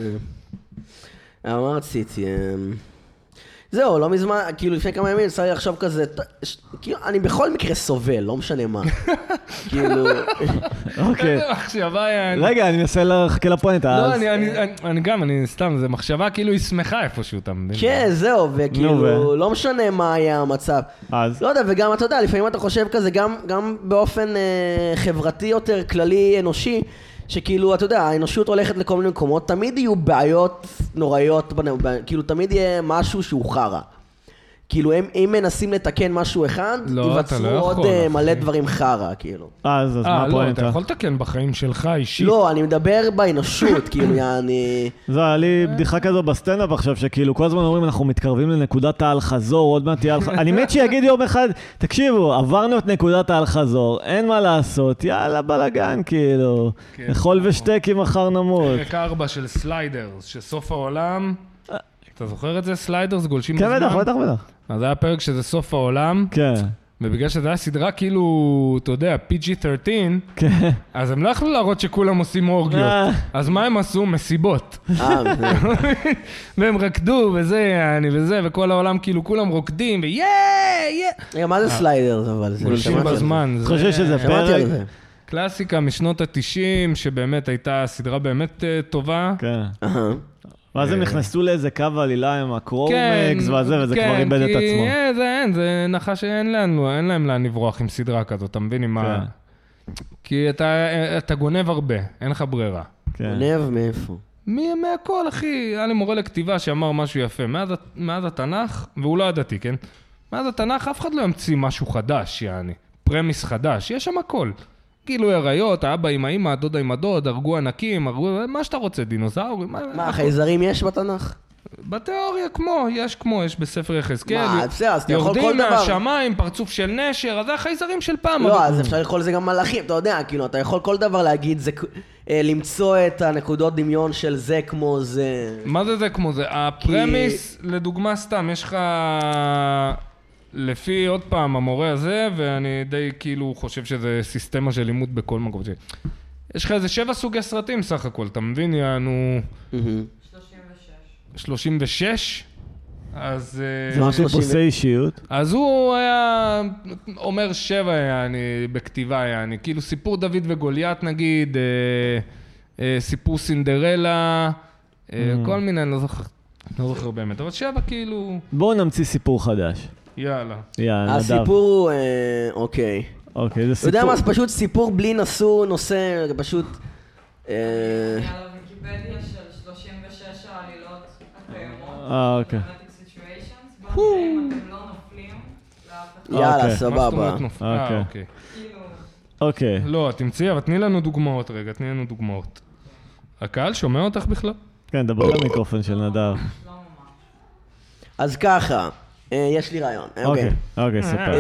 מה רציתי? זהו, לא מזמן, כאילו לפני כמה ימים צריך לחשוב כזה, כאילו אני בכל מקרה סובל, לא משנה מה. כאילו... אוקיי. מחשבה... רגע, אני מנסה לחכה לפואנטה. לא, אני סתם, זה מחשבה כאילו היא שמחה איפשהו, אתה מבין? כן, זהו, וכאילו, לא משנה מה היה המצב. אז? לא יודע, וגם אתה יודע, לפעמים אתה חושב כזה, גם באופן חברתי יותר, כללי, אנושי, שכאילו, אתה יודע, האנושות הולכת לכל מיני מקומות, תמיד יהיו בעיות נוראיות, כאילו תמיד יהיה משהו שהוא חרה. כאילו, אם מנסים לתקן משהו אחד, יבצעו עוד מלא דברים חרה, כאילו. אז מה הפואנטה? לא, אתה יכול לתקן בחיים שלך אישית. לא, אני מדבר באנושות, כאילו, זה, היה לי בדיחה כזו בסטנדאפ עכשיו, שכאילו, כל הזמן אומרים, אנחנו מתקרבים לנקודת העל חזור, עוד מעט תהיה על חזור. אני מת שיגיד יום אחד, תקשיבו, עברנו את נקודת העל חזור, אין מה לעשות, יאללה, בלגן, כאילו. אכול ושתה כי מחר נמות. פרק 4 של סליידרס, שסוף העולם... אתה זוכר את זה? סליידרס גולשים בזמן? כן, בטח. אז זה היה פרק שזה סוף העולם. כן. ובגלל שזה היה סדרה כאילו, אתה יודע, PG-13, כן. אז הם לא יכלו להראות שכולם עושים אורגיות. אז מה הם עשו? מסיבות. והם רקדו וזה, וכל העולם כאילו כולם רוקדים, מה זה סליידרס אבל? גולשים בזמן. אני חושב שזה פרק. קלאסיקה משנות ה-90, שבאמת הייתה סדרה באמת טובה. כן. ואז הם נכנסו לאיזה קו עלילה עם הקרומקס וזה כבר איבד את עצמו. כן, זה נחש שאין להם לאן לברוח עם סדרה כזאת, אתה מבין עם מה... כי אתה גונב הרבה, אין לך ברירה. גונב מאיפה? מהכל, אחי. היה לי מורה לכתיבה שאמר משהו יפה. מאז התנ"ך, והוא לא ידעתי, כן? מאז התנ"ך אף אחד לא ימציא משהו חדש, יעני. פרמיס חדש, יש שם הכל. גילוי עריות, האבא עם האמא, הדודה עם הדוד, הרגו ענקים, מה שאתה רוצה, דינוזאורים. מה, חייזרים יש בתנ"ך? בתיאוריה יש בספר יחזקאל. מה, בסדר, אז אתה יכול כל דבר. יורדים מהשמיים, פרצוף של נשר, אז זה החייזרים של פעם. לא, אז אפשר לקרוא לזה גם מלאכים, אתה יודע, כאילו, אתה יכול כל דבר להגיד, למצוא את הנקודות דמיון של זה כמו זה. מה זה כמו זה? הפרמיס, לדוגמה סתם, יש לך... לפי עוד פעם המורה הזה, ואני די כאילו חושב שזה סיסטמה של לימוד בכל מקום. יש לך איזה 7 סוגי סרטים סך הכל, אתה מבין? יענו... 36? אז... זה מה טיפוסי אישיות? אז הוא היה אומר 7 יעני, בכתיבה יעני, כאילו סיפור דוד וגוליית נגיד, סיפור סינדרלה, כל מיני, אני לא זוכר באמת, אבל 7 כאילו... בואו נמציא סיפור חדש. יאללה. הסיפור, אוקיי. אוקיי, זה סיפור. אתה יודע מה, זה פשוט סיפור בלי נושא, פשוט... ויקיפדיה של 36 העלילות הקיימות. אוקיי. אתם לא נופלים לאף אחד. יאללה, סבבה. אוקיי. אוקיי. לא, תמצאי, אבל תני לנו דוגמאות רגע, תני לנו דוגמאות. הקהל שומע אותך בכלל? כן, דבר למיקרופון של נדב. אז ככה. יש לי רעיון. אוקיי, ספר.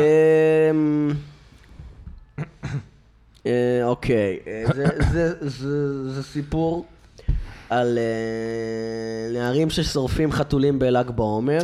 אוקיי, זה סיפור על נערים ששורפים חתולים בל"ג בעומר.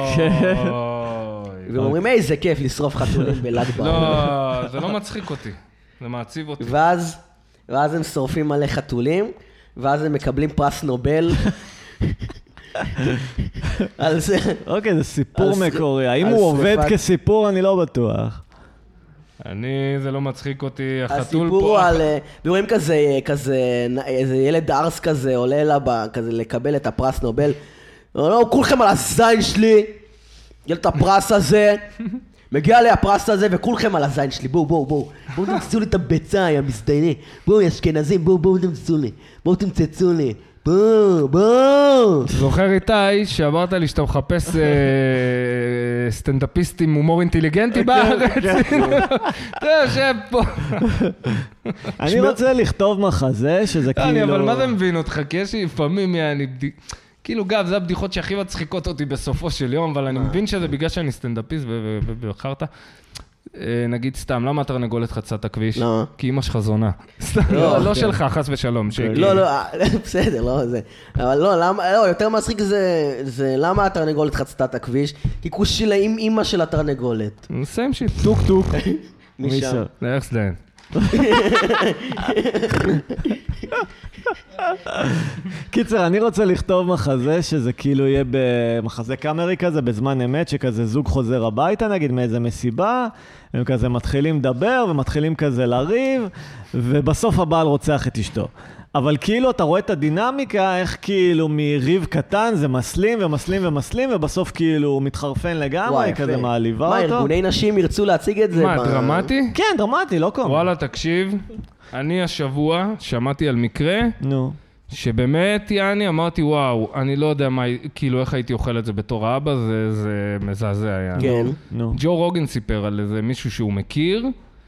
והם אומרים, היי, זה כיף לשרוף חתולים בל"ג בעומר. לא, זה לא מצחיק אותי, זה מעציב אותי. ואז הם שורפים מלא חתולים, ואז הם מקבלים פרס נובל. על זה. אוקיי, זה סיפור מקורי. האם הוא עובד כסיפור? אני לא בטוח. זה לא מצחיק אותי, החתול פה. הסיפור הוא על, ורואים כזה, איזה ילד ארס כזה, עולה לה כזה לקבל את הפרס נובל. לא, כולכם על הזין שלי, יהיה את הפרס הזה, מגיע לי הפרס הזה וכולכם על הזין שלי, בואו תמצצו לי את הביצה, יא מזדייני, בואו אשכנזים, בואו תמצצו לי, בואו. זוכר איתי שאמרת לי שאתה מחפש סטנדאפיסט עם הומור אינטליגנטי בארץ? אתה יושב פה. אני רוצה לכתוב מחזה שזה כאילו... אבל מה זה מבין אותך? כי יש לי לפעמים, כאילו גב, זה הבדיחות שהכי מצחיקות אותי בסופו של יום, אבל אני מבין שזה בגלל שאני סטנדאפיסט ובחרת. נגיד סתם, למה התרנגולת חצה את הכביש? לא. כי אמא שלך זונה. לא שלך, חס ושלום. לא, בסדר, לא זה. אבל לא, יותר מצחיק זה למה התרנגולת חצתה את הכביש? כי כושי לה עם אמא של התרנגולת. סיים שיט, טוק טוק. משם. איך סדיין. קיצר, אני רוצה לכתוב מחזה שזה כאילו יהיה במחזה קאמרי כזה, בזמן אמת, שכזה זוג חוזר הביתה, נגיד מאיזה מסיבה, הם כזה מתחילים לדבר ומתחילים כזה לריב, ובסוף הבעל רוצח את אשתו. אבל כאילו אתה רואה את הדינמיקה, איך כאילו מריב קטן זה מסלים ומסלים ומסלים, ובסוף כאילו הוא מתחרפן לגמרי, כזה מעליבה אותו. מה, ארגוני נשים ירצו להציג את זה? מה, דרמטי? כן, דרמטי, לא קום. וואלה, תקשיב, אני השבוע שמעתי על מקרה, נו. שבאמת, אמרתי, וואו, אני לא יודע מה, כאילו איך הייתי אוכל את זה בתור האבא, זה מזעזע היה. כן. ג'ו רוגן סיפר על איזה מישהו שהוא מכיר,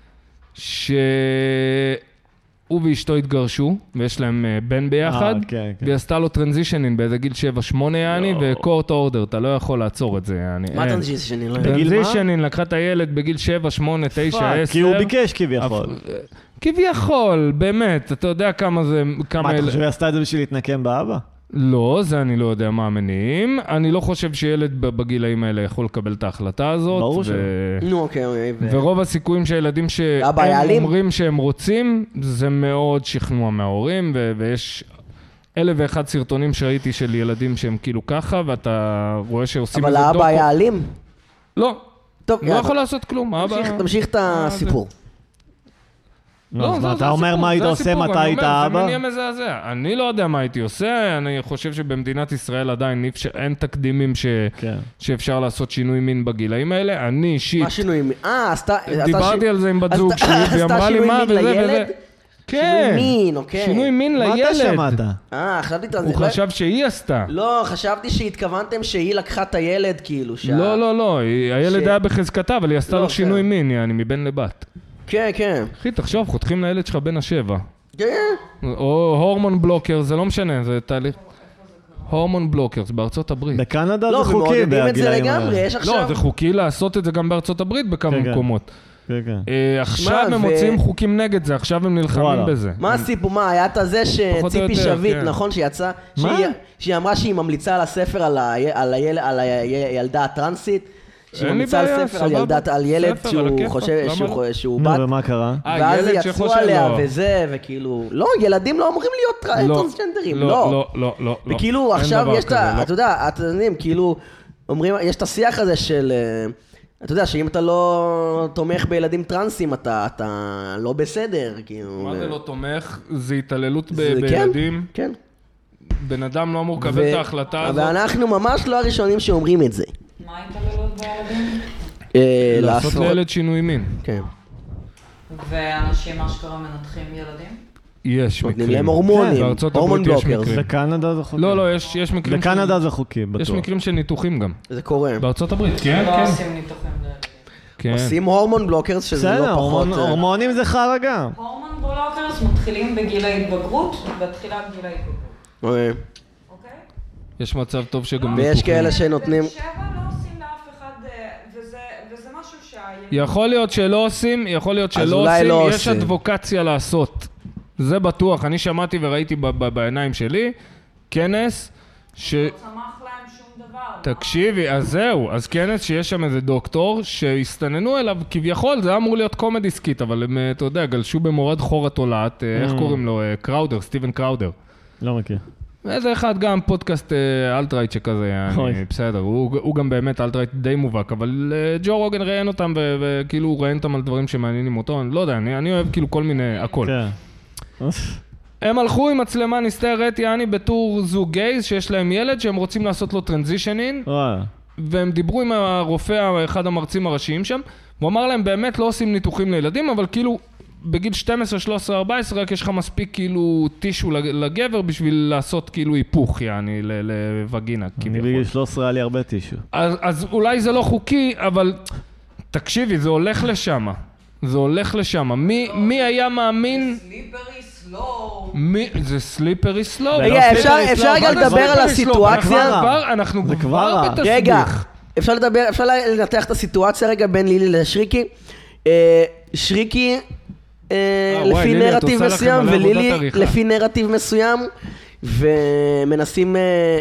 הוא ואשתו התגרשו, ויש להם בן ביחד, והיא עשתה לו טרנזישנינג באיזה גיל 7-8 וקורט אורדר, אתה לא יכול לעצור את זה. מה טרנזישנינג? טרנזישנינג, לקחה את הילד בגיל 7, 8, 9, 10. כי הוא ביקש כביכול. כביכול, באמת, אתה יודע כמה זה... מה, אתה חושב שעשתה את זה בשביל להתנקם באבא? לא, זה אני לא יודע מה המניעים. אני לא חושב שילד בגילאים האלה יכול לקבל את ההחלטה הזאת. ברור ש... נו, אוקיי. ורוב הסיכויים שהילדים שהם אומרים שהם רוצים, זה מאוד שכנוע מההורים, ויש 1,001 סרטונים שראיתי של ילדים שהם כאילו ככה, ואתה רואה שעושים אבל האבא היה אלים? לא. לא יכול לעשות כלום. תמשיך את הסיפור. לא, אתה אומר מה היית עושה מתי היית אבא? זה מניע מזעזע. אני לא יודע מה הייתי עושה, אני חושב שבמדינת ישראל עדיין אין תקדימים שאפשר לעשות שינוי מין בגילאים האלה. אני אישית... מה שינוי מין? דיברתי על זה עם בת זוג שלי, והיא אמרה לי מה וזה וזה. שינוי מין, אוקיי. שינוי מין לילד. מה אתה שמעת? חשבתי... הוא חשב שהיא עשתה. לא, חשבתי שהתכוונתם שהיא לקחה את הילד, כאילו. לא, הילד היה בחזקתה, אבל היא עשתה לו שינוי מין, אני מבן לבת. כן, כן. אחי, תחשוב, חותכים לילד שלך בין 7. כן. או הורמון בלוקר, זה לא משנה, זה תהליך. הורמון בלוקרס בארצות הברית. בקנדה זה חוקי בגילאים האלה. לא, זה חוקי לעשות את זה גם בארצות הברית בכמה מקומות. עכשיו הם מוצאים חוקים נגד זה, עכשיו הם נלחמים בזה. מה הסיפור? מה, היה את זה שציפי שביט, נכון, שיצא, שהיא אמרה שהיא ממליצה על הספר על הילדה הטרנסית, שהיא ממליצה על ספר על ילד שהוא חושב שהוא בת. ומה קרה? ואז יצאו עליה וזה, וכאילו, לא, ילדים לא אמורים להיות טרנסג'נדרים, לא. לא. וכאילו עכשיו יש את, אתה יודע, אתם יודעים, כאילו, אומרים, יש את השיח הזה של, אתה יודע, שאם אתה לא תומך בילדים טרנסים, אתה לא בסדר, כאילו. מה זה לא תומך? זה התעללות בילדים? כן. בן אדם לא אמור לקבל את ההחלטה הזאת. ואנחנו ממש לא הראשונים שאומרים את זה. מה התעללות בילדים? לעשות לילד שינוי מין. כן. ואנשים אשכרה מנתחים ילדים? יש מקרים. להם הורמונים, הורמון בלוקר. בקנדה זה חוקי. לא, יש מקרים. בקנדה זה חוקי, בטוח. יש מקרים של ניתוחים גם. זה קורה. בארצות הברית, כן. לא עושים ניתוחים לילדים. עושים הורמון בלוקרס שזה לא פחות... הורמונים זה חרא גם. הורמון בלוקרס מתחילים בגיל ההתבגרות, בתחילת גיל ההתבגרות. אוקיי. יש מצב טוב שגם ניתוחים. ויש כאלה שנותנים... שבע לא עושים לאף אחד, וזה משהו שהילד... יכול להיות שלא עושים, יש אדבוקציה לעשות. זה בטוח, אני שמעתי וראיתי בעיניים שלי, כנס ש... לא צמח להם שום דבר. תקשיבי, אז זהו, אז כנס שיש שם איזה דוקטור שהסתננו אליו, כביכול זה אמור להיות קומדי סקיט, אבל הם, אתה יודע, גלשו במורד חור התולעת, איך קוראים לו? קראודר, סטיבן קראודר. לא מכיר. איזה אחד גם פודקאסט אלטרייט שכזה, בסדר, הוא גם באמת אלטרייט די מובהק, אבל ג'ו רוגן ראיין אותם, וכאילו הוא ראיין אותם על דברים שמעניינים אותו, אני לא יודע, אני אוהב כאילו כל מיני, הכל. הם הלכו עם מצלמה נסתרת, יעני בתור זוג גייז, שיש להם ילד, שהם רוצים לעשות לו טרנזישנינג, והם דיברו עם הרופא, אחד המרצים הראשיים שם, הוא אמר להם, באמת לא עושים ניתוחים לילדים, אבל כאילו, בגיל 12, 13, 14, רק יש לך מספיק כאילו טישו לגבר בשביל לעשות כאילו היפוך, יעני, לווגינה. אני בגיל 13 היה לי הרבה טישו. אז אולי זה לא חוקי, אבל תקשיבי, זה הולך לשם. זה הולך לשם. מי היה מאמין? סליפרי סלואו. זה סליפרי סלואו. רגע, אפשר רגע לדבר על הסיטואציה? אנחנו כבר בתסביך. רגע, אפשר לנתח את הסיטואציה רגע בין לילי לשריקי. שריקי לפי נרטיב מסוים, ולילי לפי נרטיב מסוים, ומנסים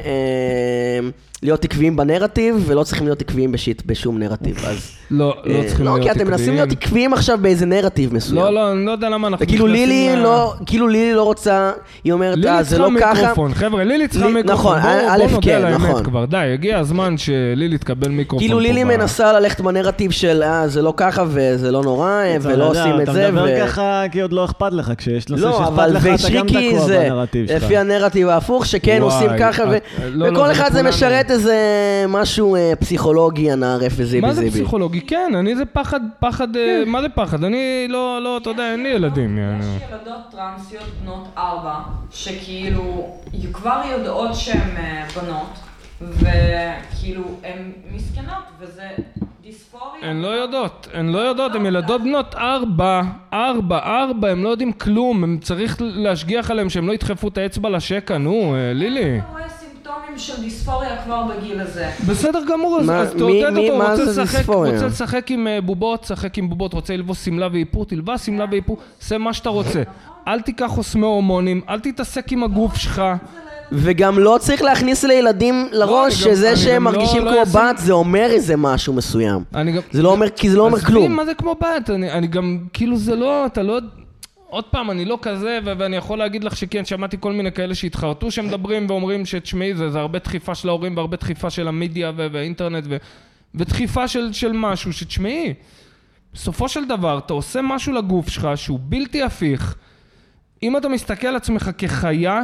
להיות עקביים בנרטיב, ולא צריכים להיות עקביים בשיט בשום נרטיב, אז... לא צריכים להיות עקביים. לא, כי אתם מנסים להיות עקביים עכשיו באיזה נרטיב מסוים. לא, אני לא יודע למה אנחנו... וכאילו לילי לא רוצה, היא אומרת, זה לא ככה... לילי צריכה מיקרופון, חבר'ה, לילי צריכה מיקרופון. נכון, א' כן, נכון. כבר, די, הגיע הזמן שלילי תקבל מיקרופון. כאילו לילי מנסה ללכת בנרטיב של, זה לא ככה וזה לא נורא, ולא עושים את זה. אתה מדבר ככה כי עוד לא אכפת לך, כשיש נושא שאכפת לך, אתה גם תקוע בנרטיב שלך. לפי הנרטיב ההפוך, שכן עושים ככה, וכל אחד זה משרת איזה משהו פסיכולוגי, הנערף וזיבי. מה זה פסיכולוגי? כן, אני זה פחד, מה זה פחד? אני לא, אתה יודע, אין לי ילדים. יש ילדות טרנסיות בנות 4, שכאילו כבר יודעות שהן בנות, וכאילו הן מסכנות, וזה דיספוריה. הן לא יודעות, הן ילדות בנות 4, הם לא יודעים כלום, הם צריך להשגיח עליהם שהם לא ידחפו את האצבע לשקע, נו, לילי. של דיספוריה כבר בגיל הזה. בסדר גמור, אז תעודד אותו, רוצה לשחק עם בובות, שחק עם בובות, רוצה ללבוס סמלה ואיפור, תלבס סמלה ואיפור, עושה מה שאתה רוצה. אל תיקח חוסמי הורמונים, אל תתעסק עם הגוף שלך. וגם לא צריך להכניס לילדים לראש שזה שהם מרגישים כמו בת, זה אומר איזה משהו מסוים. זה לא אומר, כי זה לא אומר כלום. מה זה כמו בת? אני גם, כאילו זה לא, אתה לא... עוד פעם, אני לא כזה, ואני יכול להגיד לך שכן, שמעתי כל מיני כאלה שהתחרטו שמדברים ואומרים שתשמעי, זה הרבה דחיפה של ההורים והרבה דחיפה של המדיה והאינטרנט ודחיפה של משהו שתשמעי. בסופו של דבר, אתה עושה משהו לגוף שלך שהוא בלתי הפיך. אם אתה מסתכל על עצמך כחיה,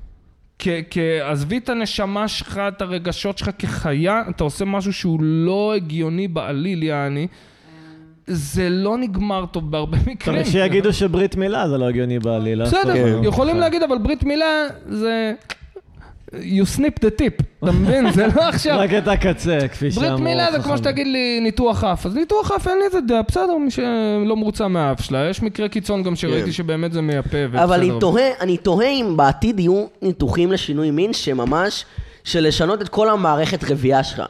עזבי את הנשמה שלך, את הרגשות שלך כחיה, אתה עושה משהו שהוא לא הגיוני בעליל, יעני. זה לא נגמר טוב בהרבה מקרים. שיגידו שברית מילה זה לא הגיוני בעלילה. בסדר, יכולים להגיד, אבל ברית מילה זה... You snip the tip, אתה מבין? זה לא עכשיו. רק את הקצה, כפי שאמרו. ברית מילה זה כמו שתגיד לי ניתוח אף. אז ניתוח אף אין לי איזה דעה, בסדר, מי שלא מרוצה מהאף שלה. יש מקרה קיצון גם שראיתי שבאמת זה מייפה. אבל אני תוהה אם בעתיד יהיו ניתוחים לשינוי מין שממש, של לשנות את כל המערכת רבייה שלך.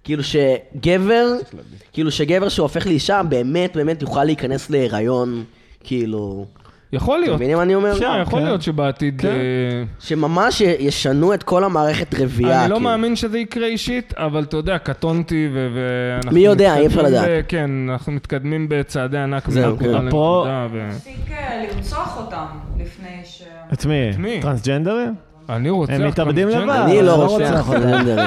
כאילו שגבר שהופך לאישה באמת יוכל להיכנס להיריון, כאילו... יכול להיות. מבינים מה אני אומר? יכול להיות שבעתיד... שממש ישנו את כל כל רבייה. אני לא מאמין שזה יקרה אישית, אבל אתה יודע, קטונתי מי יודע, אי אפשר לדעת. כן, אנחנו מתקדמים בצעדי ענק. זהו, כן. תפסיק לרצוח אותם לפני ש... את מי? טרנסג'נדרים? אני רוצח הם מתאבדים לבד. אני לא רוצח טרנסג'נדרים.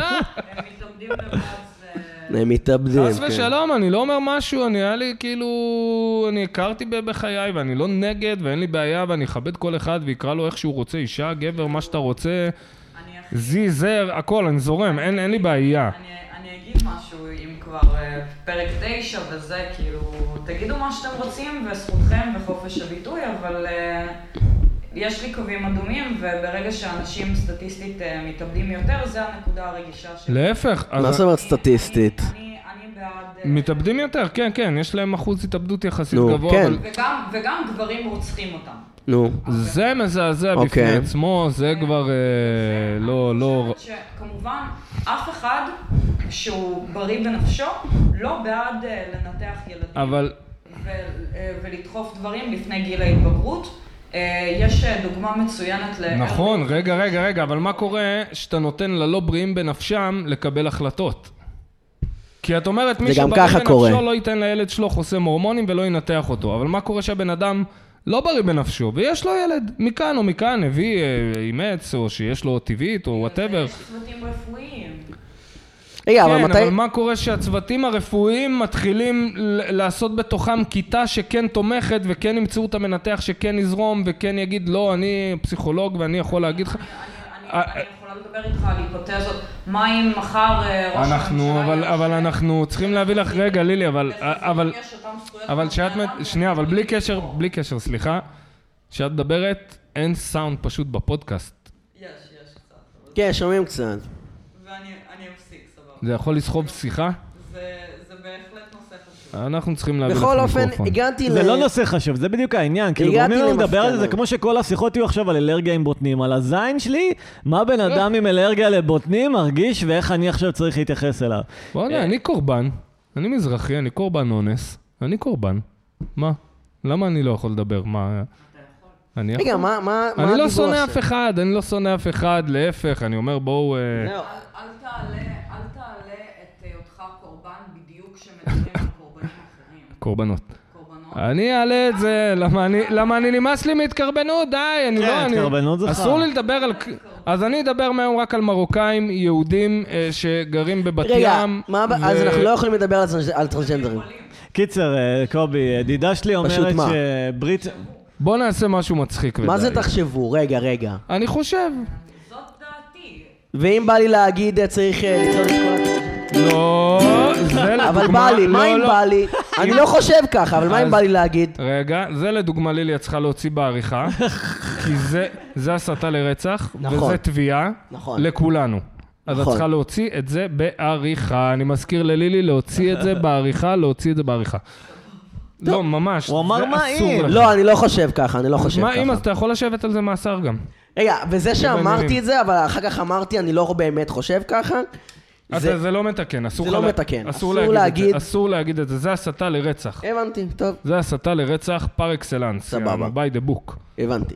הם מתאבדים. חס ושלום, אני לא אומר משהו, אני הכרתי בחיי ואני לא נגד ואין לי בעיה ואני אכבד כל אחד ויקרא לו איך שהוא רוצה, אישה, גבר, מה שאתה רוצה, זר, הכל, אני זורם, אין לי בעיה. אני אגיד משהו, אם כבר פרק 9 וזה, כאילו, תגידו מה שאתם רוצים וזכותכם וחופש הביטוי, אבל יש לי קווים אדומים, וברגע שאנשים סטטיסטית מתאבדים יותר, זה הנקודה הרגישה שלי. להפך. מה זאת אומרת סטטיסטית? אני בעד... מתאבדים יותר, כן, יש להם אחוז התאבדות יחסית גבוה. וגם גברים רוצחים אותם. נו. זה מזעזע בפני עצמו, זה כבר לא... כמובן, אף אחד שהוא בריא בנפשו, לא בעד לנתח ילדים. ולדחוף דברים לפני גיל ההתבגרות. יש דוגמה מצוינת נכון, רגע, אבל מה קורה שאתה נותן ללא בריאים בנפשם לקבל החלטות? כי את אומרת, מי שבריא בנפשו לא ייתן לילד שלו חוסם הורמונים ולא ינתח אותו. אבל מה קורה שהבן אדם לא בריא בנפשו, ויש לו ילד, מכאן או מכאן, הביא, אימץ, או שיש לו טבעית, או whatever. יש צוותים רפואיים. כן, אבל מה קורה שהצוותים הרפואיים מתחילים לעשות בתוכם כיתה שכן תומכת, וכן ימצאו את המנתח שכן יזרום, וכן יגיד, לא, אני פסיכולוג ואני יכול להגיד לך... אני יכולה לדבר איתך על היפותזות, מה אם מחר ראש הממשלה... אבל אנחנו צריכים להביא לך רגע, לילי, אבל שאת... שנייה, אבל בלי קשר, סליחה, שאת מדברת, אין סאונד פשוט בפודקאסט. יש קצת. כן, שומעים קצת. ואני אפסיק, סבבה. זה יכול לסחוב שיחה? זה בהחלט נושא חשוב. אנחנו צריכים להביא לך בכל מיקרופון. אופן, הגעתי זה לא נושא חשוב, זה בדיוק העניין. כאילו, גורמים לנו לדבר על זה, כמו שכל השיחות יהיו עכשיו על אלרגיה עם בוטנים. על הזין שלי, מה בן אדם עם אלרגיה לבוטנים מרגיש, ואיך אני עכשיו צריך להתייחס אליו. בוא'נה, אני קורבן. אני מזרחי, אני קורבן אונס. אני קורבן. מה? למה אני לא יכול לדבר? מה... רגע, מה אני לא שונא אף אחד, להפך, אני אומר בואו... אל תעלה את היותך קורבן בדיוק כשמדברים על קורבנים אחרים. קורבנות. אני אעלה את זה, למה אני נמאס לי מהתקרבנות? די, אני לא... התקרבנות זה חם. אסור לי לדבר על... אז אני אדבר מהיום רק על מרוקאים, יהודים שגרים בבת ים. רגע, אז אנחנו לא יכולים לדבר על טרנסג'נדרים. קיצר, קובי, דידה שלי אומרת שברית... בוא נעשה משהו מצחיק. מה זה תחשבו? רגע. אני חושב. זאת דעתי. ואם בא לי להגיד, צריך לצלול את כל הטרנסג'נדרים. לא, זה לדוגמה... אבל בא לי, מה אם בא לי? אני לא חושב ככה, אבל מה אם בא לי להגיד? רגע, זה לדוגמה לילי צריכה להוציא בעריכה, כי זה הסתה לרצח, וזה תביעה לכולנו. אז את צריכה להוציא את זה בעריכה. אני מזכיר ללילי להוציא את זה בעריכה, לא, ממש. הוא אמר מה אם? לא, אני לא חושב ככה, מה אם? אז אתה יכול לשבת על זה מאסר גם. רגע, וזה שאמרתי את זה, אבל אחר כך אמרתי, אני לא באמת חושב ככה. זה לא מתקן, אסור להגיד את זה, זה הסתה לרצח. הבנתי, טוב. זה הסתה לרצח פר אקסלנס. סבבה. by the book. הבנתי.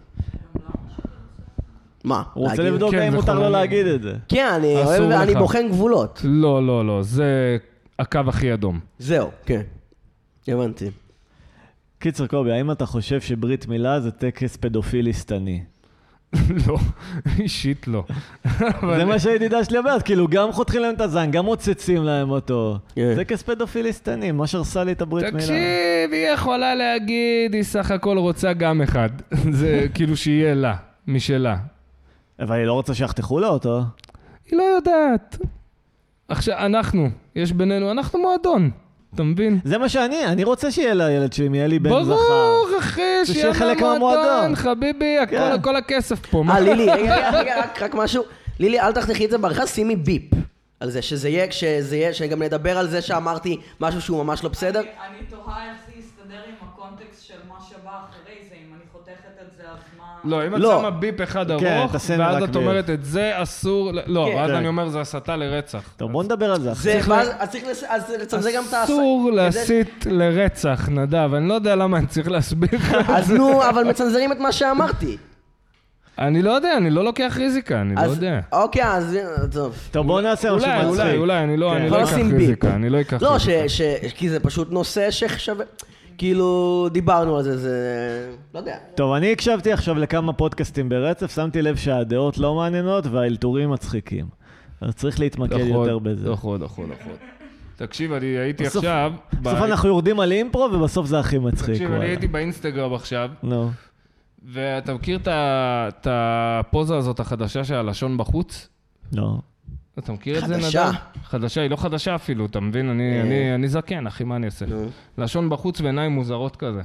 מה? הוא רוצה לבדוק אם מותר לו להגיד את זה. כן, אני בוחן גבולות. לא, זה הקו הכי אדום. זהו, כן. הבנתי. קיצר קובי, האם אתה חושב שברית מילה זה טקס פדופילי סתני? לא, אישית לא. זה מה שהידידה שלי אומרת, כאילו גם חותכים להם את הזן, גם מוצצים להם אותו. טקס פדופילי סתני, מה שרסה לי את הברית מילה. תקשיב, היא יכולה להגיד, היא סך הכל רוצה גם אחד. זה כאילו שיהיה לה, משלה. אבל היא לא רוצה שיחתכו לה אותו. היא לא יודעת. עכשיו, יש בינינו, אנחנו מועדון. אתה מבין? זה מה אני רוצה שיהיה לילד שלי, יהיה לי בן זכר. ברור, אחי, שיהיה מהמועדון, חביבי, כל הכסף פה. לילי, רגע, רק משהו. לילי, אל תחתכי את זה בעריכה, שימי ביפ על זה, שזה יהיה, שגם נדבר על זה שאמרתי משהו שהוא ממש לא בסדר. אני תוהה איך זה יסתדר עם הקונטקסט של מה שבא אחרי זה, אם אני חותכת את זה, אז מה... לא, אם את שמה ביפ אחד ארוך, ואז את אומרת את זה אסור... לא, ואז אני אומר, זה הסתה לרצח. טוב, בוא נדבר על זה. אז לצנזר גם את אסור להסית לרצח, נדב. אני לא יודע למה אני צריך להסביר. אז נו, אבל מצנזרים את מה שאמרתי. אני לא יודע, אני לא לוקח ריזיקה, אני לא יודע. אוקיי, אז טוב. טוב, בוא נעשה משהו מצחיק. אולי, אני לא אקח ריזיקה, אני לא אקח ריזיקה. לא, כי זה פשוט נושא ששווה... כאילו, דיברנו על זה, זה... לא יודע. טוב, אני הקשבתי עכשיו לכמה פודקאסטים ברצף, שמתי לב שהדעות לא מעניינות והאלתורים מצחיקים. אז צריך להתמקד יותר בזה. נכון. תקשיב, אני הייתי עכשיו... בסוף אנחנו יורדים על אימפרו, ובסוף זה הכי מצחיק. תקשיב, אני הייתי באינסטגרם עכשיו, ואתה מכיר את הפוזה הזאת החדשה של הלשון בחוץ? לא. אתה מכיר את זה, נדב? חדשה, היא לא חדשה אפילו, אתה מבין? אני זקן, אחי, מה אני אעשה? לשון בחוץ ועיניים מוזרות כזה.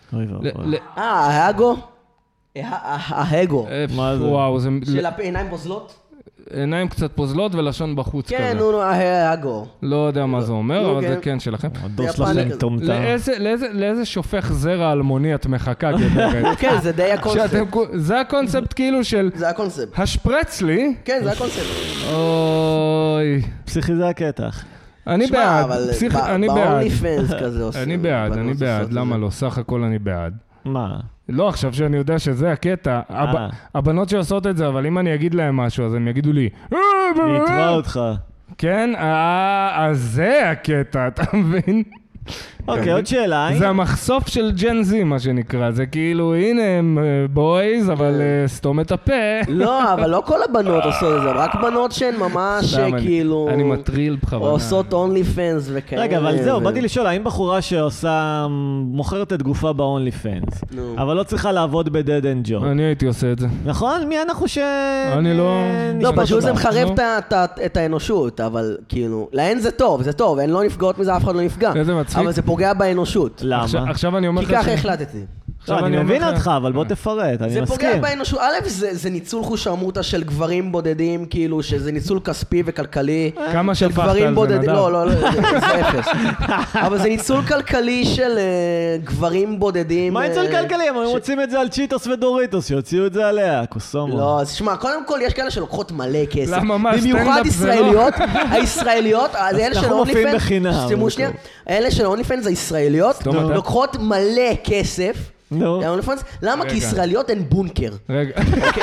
ההגו? ההגו. וואו, זה... של עיניים פוזלות? עיניים קצת פוזלות ולשון בחוץ כזה. כן, נו, ההגו. לא יודע מה זה אומר, אבל זה כן שלכם. הדור שלכם טומטם. לאיזה שופך זרע אלמוני את מחכה גברת? כן, זה די הקונספט. זה הקונספט כאילו של... זה הקונספט. השפרץ לי. כן, זה הקונספט. אוי. פסיכי זה הקטח. אני בעד. אני בעד. באונלי פנס כזה עושים. אני בעד. למה לא? סך הכל אני בעד. מה? לא, עכשיו שאני יודע שזה הקטע. הבנות שעושות את זה, אבל אם אני אגיד להם משהו, אז הם יגידו לי... נתראה אותך. כן? אז זה הקטע, אתה מבין? אוקיי, עוד שאלה. זה המחשוף של ג'ן זי, מה שנקרא. זה כאילו, הנה הם בויז, אבל סתום את הפה. לא, אבל לא כל הבנות עושות את זה, רק בנות שהן ממש כאילו... אני מטריל בכוונה. עושות אונלי פנס וכאלה. רגע, אבל זהו, באתי לשאול, האם בחורה שעושה, מוכרת את גופה באונלי פנס, אבל לא צריכה לעבוד בדד אנד ג'וב? אני הייתי עושה את זה. נכון? מי אנחנו אני לא... לא, פשוט זה מחרב את האנושות, אבל כאילו, להן זה טוב, זה טוב, הן לא נפגעות מזה, אף אחד לא נפגע. איזה מצחיק. אבל זה פוגע באנושות. למה? עכשיו אני אומר לך... כי ככה החלטתי. אני מבין אותך, אבל בוא תפרט, אני מסכים. זה פוגע באנושות. א', זה ניצול חושרמוטה של גברים בודדים, כאילו, שזה ניצול כספי וכלכלי. כמה שפחת על זה, נדב? לא, זה אפס. אבל זה ניצול כלכלי של גברים בודדים. מה ניצול כלכלי? הם רוצים את זה על צ'יטוס ודוריטוס, שיוציאו את זה עליה, קוסומו. לא, אז שמע, קודם כל יש כאלה שלוקחות מלא כסף. למה, מה, במיוחד ישראליות, הישראליות, אנחנו מופיעים בחינם. אלה של אונליפנס הישראליות, לוקחות מלא כסף. למה? כי ישראליות הן בונקר. רגע.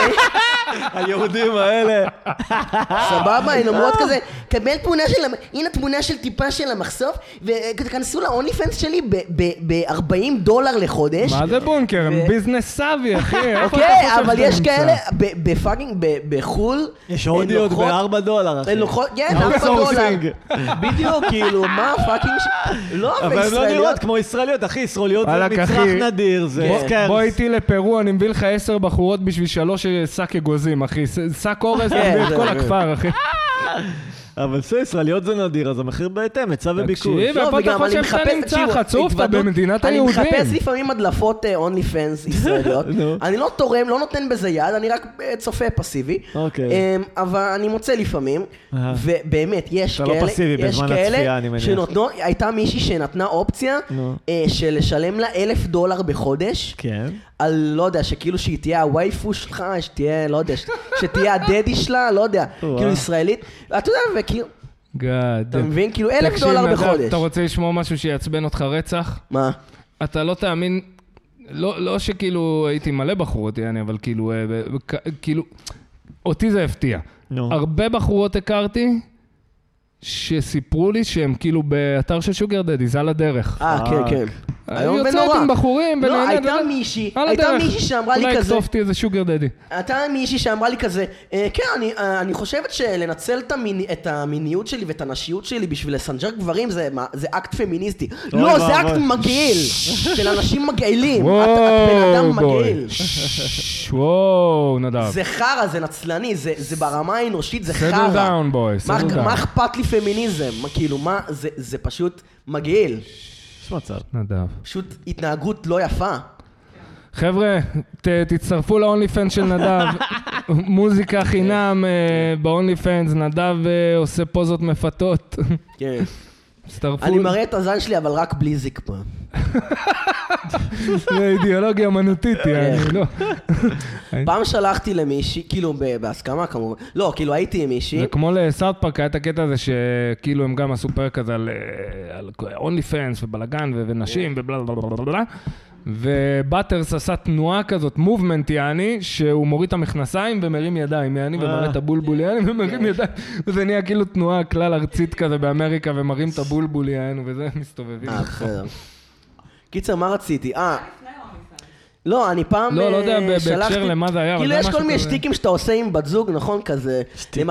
היהודים האלה. סבבה, הן אומרות כזה, קבל תמונה של, הנה תמונה של טיפה של המחשוף, וכנסו לאוניפנס שלי $40 לחודש. מה זה בונקר? הם ביזנס סאבי, אחי. אוקיי, אבל יש כאלה, בפאקינג, בחול. יש הודיות $4, אחי. כן, $4. בדיוק, כאילו, מה פאקינג לא, אבל הן לא נראות כמו ישראליות, אחי, ישראליות זה מצרך נדיר, זה סקרס. בוא איתי לפרו, אני מביא לך 10 בחורות בשביל 3 שק אגוזים, אחי. שק אורז, אני מביא את כל הכפר, אחי. אבל ישראליות זה נדיר, אז המחיר בהתאם, היצע וביקוש. תקשיב, איפה אתה חושב שאתה נמצא? חצוף, אתה במדינת היהודים. אני מחפש לפעמים הדלפות אונלי פנס ישראליות. אני לא תורם, לא נותן בזה יד, אני רק צופה פסיבי. אבל אני מוצא לפעמים, ובאמת, יש כאלה שנותנו, הייתה מישהי שנתנה אופציה של לשלם לה $1,000 בחודש. כן. על, לא יודע, שכאילו שהיא תהיה הווייפו שלך, שתהיה, לא יודע, שתהיה הדדי שלה, לא יודע, כאילו ישראלית. אתה יודע, וכאילו... אתה מבין? כאילו $1,000 בחודש. אתה רוצה לשמוע משהו שיעצבן אותך רצח? מה? אתה לא תאמין, לא שכאילו הייתי מלא בחורות, אבל כאילו, אותי זה הפתיע. הרבה בחורות הכרתי, שסיפרו לי שהם כאילו באתר של שוגר דדי, זה על הדרך. כן, כן. יוצאת עם בחורים, לא, הייתה מישהי שאמרה לי כזה... אולי כתובתי איזה שוגר דדי. הייתה מישהי שאמרה לי כזה, כן, אני חושבת שלנצל את המיניות שלי ואת הנשיות שלי בשביל לסנג'ר גברים זה אקט פמיניסטי. לא, זה אקט מגעיל, של אנשים מגעילים. את בן אדם מגעיל. וואו, נדב. זה חרה, זה נצלני, זה ברמה האנושית, זה חרה. סדל דאון, בוי, סדל דאון. מה אכפת לי פמיניזם? כאילו, מה, זה פשוט מגעיל. מצב. נדב. פשוט התנהגות לא יפה. חבר'ה, תצטרפו לאונלי פנס של נדב. מוזיקה חינם באונלי פנס. נדב עושה פוזות מפתות. כן. תצטרפו. אני מראה את הזין שלי, אבל רק בלי זקפה. זה אידיאולוגיה אמנותית, לא. פעם שלחתי למישהי, כאילו בהסכמה כמובן, לא, כאילו הייתי עם מישהי. זה כמו לסאוט פארק, היה את הקטע הזה שכאילו הם גם עשו פרק כזה על אונלי פנס ובלגן ונשים ובלבלבלבלבלה, ובאטרס עשה תנועה כזאת, מובמנט יעני, שהוא מוריד את המכנסיים ומרים ידיים יעני, ומראה את הבולבול יעני ומרים ידיים, וזה נהיה כאילו תנועה כלל ארצית כזה באמריקה, ומרים את הבולבול יעני, וזה מסתובבים. בסדר. קיצר, מה רציתי? לא, אני פעם לא יודע בהקשר למה זה היה, כאילו יש כל מיני שטיקים שאתה עושה עם בת זוג, נכון? כזה,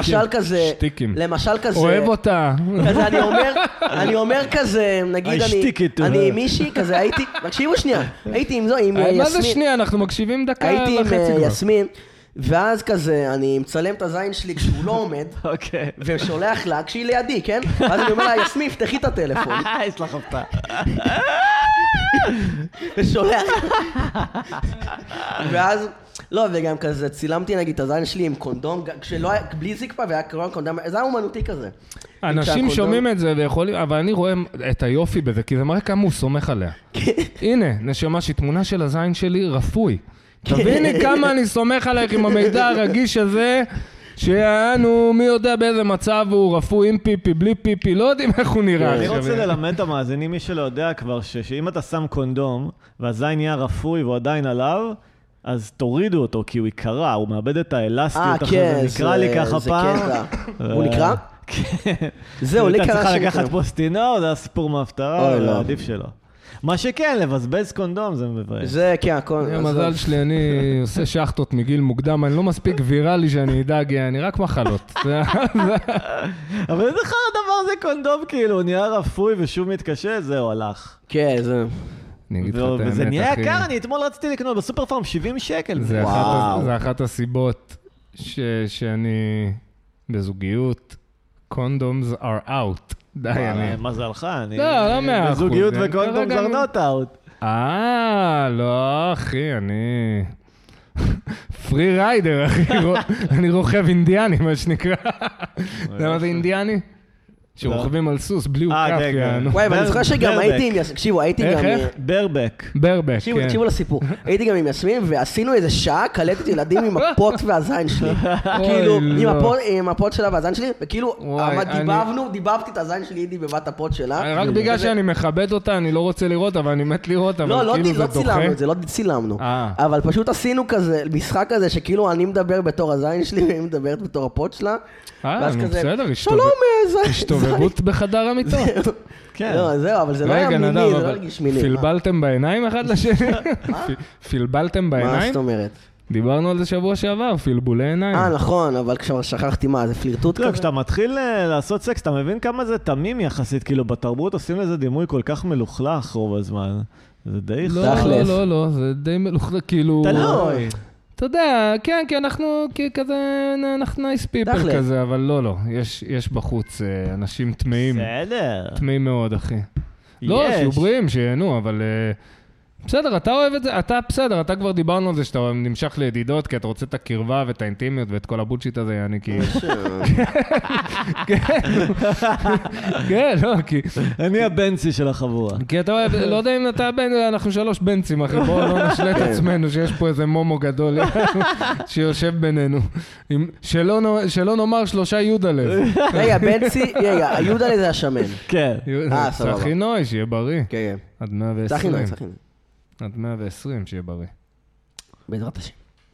למשל כזה, אוהב אותה. כזה אני אומר כזה, נגיד אני עם מישהי, כזה הייתי, תקשיבו שנייה, הייתי עם יסמין. מה זה שנייה? אנחנו מקשיבים דקה וחצי כבר. הייתי עם יסמין, ואז כזה, אני מצלם את הזין שלי כשהוא לא עומד, ושולח לה כשהיא לידי, כן? ואז אני אומר לה, יסמין, פתחי את הטלפון. יש לך הפתעה. ושולח. ואז, לא, וגם כזה, צילמתי נגיד את הזין שלי עם קונדום, כשלא היה, בלי זקפה והיה קונדום, זה היה אומנותי כזה. אנשים שומעים את זה ויכולים, אבל אני רואה את היופי בזה, כי זה מראה כמה הוא סומך עליה. הנה, נשמה שתמונה של הזין שלי רפוי. תביני כמה אני סומך עלייך עם המידע הרגיש הזה, שיענו, מי יודע באיזה מצב הוא רפוי עם פיפי, בלי פיפי, לא יודעים איך הוא נראה. אני רוצה ללמד את המאזינים, מי שלא יודע כבר, שאם אתה שם קונדום, והזין נהיה רפוי והוא עדיין עליו, אז תורידו אותו, כי הוא יקרה, הוא מאבד את האלסטיות אחרי זה, נקרא לי ככה פעם. הוא נקרא? זהו, לי קרה אתה צריכה לקחת פוסטינור, זה הסיפור מהפטרה, עדיף שלא. מה שכן, לבזבז קונדום זה מבאס. זה כן, הכל. המזל שלי, אני עושה שחטות מגיל מוקדם, אני לא מספיק ויראלי שאני אדאג, אני רק מחלות. אבל איזה חר הדבר זה קונדום, כאילו, נהיה רפוי ושוב מתקשה, זהו, הלך. כן, זה... וזה נהיה יקר, אני אתמול רציתי לקנות בסופר פארם 70 שקל. זה אחת הסיבות שאני בזוגיות, condoms are out. די, אני... מזלך, אני... לא 100%. בזוגיות וקונדום are not out. לא, אחי, אני... פרי ריידר, אחי. אני רוכב אינדיאני, מה שנקרא. זה מה זה אינדיאני? שרוכבים על סוס, בלי עוקף, יענו. וואי, ואני זוכר שגם הייתי עם... תקשיבו, הייתי גם... ברבק. ברבק, כן. תקשיבו לסיפור. הייתי גם עם יסמין, ועשינו איזה שעה, קלטתי ילדים עם הפוט והזין שלי. כאילו, עם הפוט שלה והזין שלי, וכאילו, דיבבתי את הזין שלי, הייתי בבת הפוט שלה. רק בגלל שאני מכבד אותה, אני לא רוצה לראות, אבל אני מת לראות, אבל כאילו זה דוחה. לא צילמנו. אבל פשוט עשינו כזה, משחק כזה, שכאילו אני מדבר בתור הזין שלי, והיא מדברת בתור הפוט שלה. בסדר, השתובבות בחדר המיטות. כן. לא, זהו, אבל זה לא היה מיני, זה לא הרגיש מיני. פילבלתם בעיניים אחד לשני? פילבלתם בעיניים? מה זאת אומרת? דיברנו על זה שבוע שעבר, פילבולי עיניים. נכון, אבל כשכבר שכחתי מה, זה פלירטוט כזה? כשאתה מתחיל לעשות סקס, אתה מבין כמה זה תמים יחסית, כאילו בתרבות עושים לזה דימוי כל כך מלוכלך רוב הזמן. זה די חלף. לא, זה די מלוכלך, כאילו... תלוי. אתה יודע, כן, כי אנחנו כזה, אנחנו nice people כזה, אבל לא, יש בחוץ אנשים טמאים. בסדר. טמאים מאוד, אחי. לא, שיהיו בריאים, שיהנו, אבל... בסדר, אתה אוהב את זה, בסדר, אתה כבר דיברנו על זה שאתה נמשך לידידות, כי אתה רוצה את הקרבה ואת האינטימיות ואת כל הבולשיט הזה, אני כי... כן, לא, כי... אני הבנצי של החבורה. כי אתה אוהב, לא יודע אם אתה בן, אנחנו 3 בנצים, אחי, בואו לא נשלה את עצמנו, שיש פה איזה מומו גדול שיושב בינינו. שלא נאמר 3 יודלב. רגע, בנצי, היודלב זה השמן. כן. סבבה. צחי נוי, שיהיה בריא. כן, כן. עד 120. צחי נוי. עד 120, שיהיה בריא. בעזרת השם.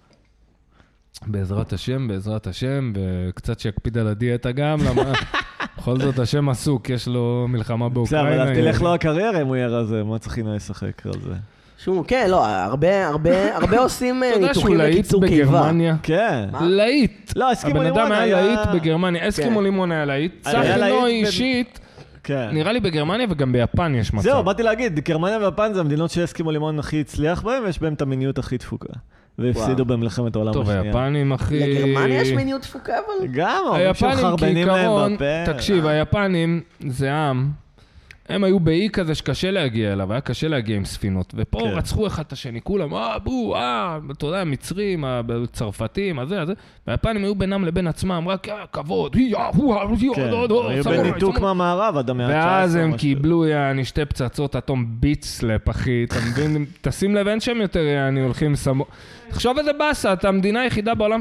בעזרת השם, וקצת שיקפיד על הדיאטה גם, למה בכל זאת השם עסוק, יש לו מלחמה באוקראינה. בסדר, אבל תלך לו הקריירה אם הוא יהיה רזה, מה צריכים לשחק על זה? שום, כן, לא, הרבה עושים ניתוחים לקיצור קיבה. בגרמניה. כן. להיט. לא, אסקימו לימון הבן אדם היה להיט בגרמניה, אסקימו לימון היה להיט. צחי נוי אישית. נראה לי בגרמניה וגם ביפן יש מצב. זהו, באתי להגיד, גרמניה ויפן זה המדינות שאסקימו לימון הכי הצליח בהם, ויש בהם את המיניות הכי דפוקה. והפסידו במלחמת העולם השנייה. טוב, היפנים הכי... לגרמניה יש מיניות דפוקה, אבל... גם, היפנים כעיקרון, תקשיב, היפנים זה עם, הם היו באי כזה שקשה להגיע אליו, היה קשה להגיע עם ספינות, ופה רצחו אחד את השני, כולם, אתה יודע, המצרים, הצרפתים, הזה, והיפנים היו בינם לבין עצמם, רק כבוד, היו בניתוק מהמערב עד המאה ה-19. ואז הם קיבלו, יעני, 2 פצצות אטום ביצלפ, אחי, תשים לב, אין שם יותר, יעני, הולכים סמו... תחשוב איזה בסה, אתה המדינה היחידה בעולם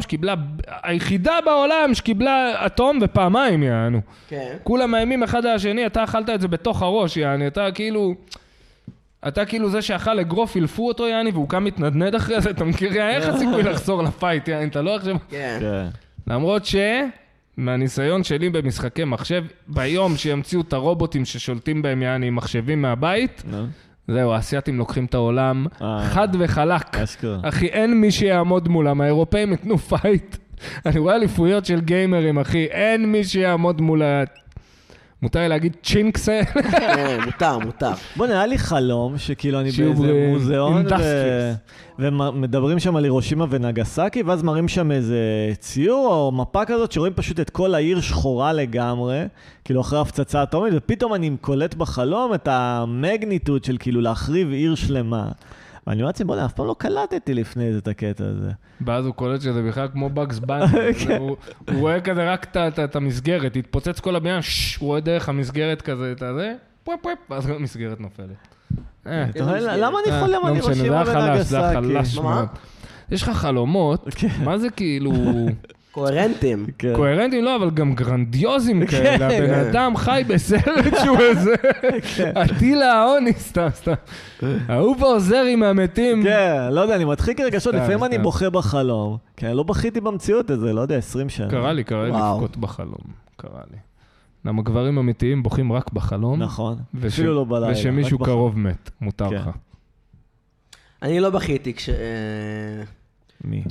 שקיבלה אטום ופעמיים, יענו. כן. כולם מאיימים אחד על השני, אתה אכלת את זה בתוך הראש, יעני, אתה כאילו זה שאכל אגרוף, ילפו אותו, יעני, והוא קם מתנדנד אחרי זה, אתה מכיר, איך הסיכוי לחזור לפייט, יעני, אתה לא עכשיו... כן. למרות מהניסיון שלי במשחקי מחשב, ביום שימציאו את הרובוטים ששולטים בהם, יעני, מחשבים מהבית, זהו, האסייתים לוקחים את העולם חד וחלק. אחי, אין מי שיעמוד מולם, האירופאים יתנו פייט. אני רואה אליפויות של גיימרים, אחי, אין מי שיעמוד מול מותר להגיד צ'ינקס? מותר. בוא נראה לי חלום שכאילו אני באיזה מוזיאון ומדברים שם על הירושימה ונגסקי, ואז מראים שם איזה ציור או מפה כזאת שרואים פשוט את כל העיר שחורה לגמרי, כאילו אחרי הפצצה אטומית, ופתאום אני קולט בחלום את המגניטוד של כאילו להחריב עיר שלמה. ואני אומר לעצמי, בוא, אף פעם לא קלטתי לפני את הקטע הזה. ואז הוא קולט שזה בכלל כמו בגס בני. הוא רואה כזה רק את המסגרת, התפוצץ כל הבניין, הוא רואה דרך המסגרת כזה, את הזה, ואז המסגרת נופלת. למה אני חולם על הירושימה ונגסקי? יש לך חלומות, מה זה כאילו... קוהרנטים. קוהרנטים לא, אבל גם גרנדיוזים כאלה. הבן אדם חי בסרט שהוא איזה... עטילה העוני, סתם. ההוא ועוזר עם המתים. כן, לא יודע, אני מתחיל כרגשות, לפעמים אני בוכה בחלום. כי אני לא בכיתי במציאות הזה, לא יודע, 20 שנה. קרה לי לבכות בחלום. קרה לי. למה גברים אמיתיים בוכים רק בחלום. נכון, אפילו לא בלילה. ושמישהו קרוב מת, מותר לך. אני לא בכיתי מי?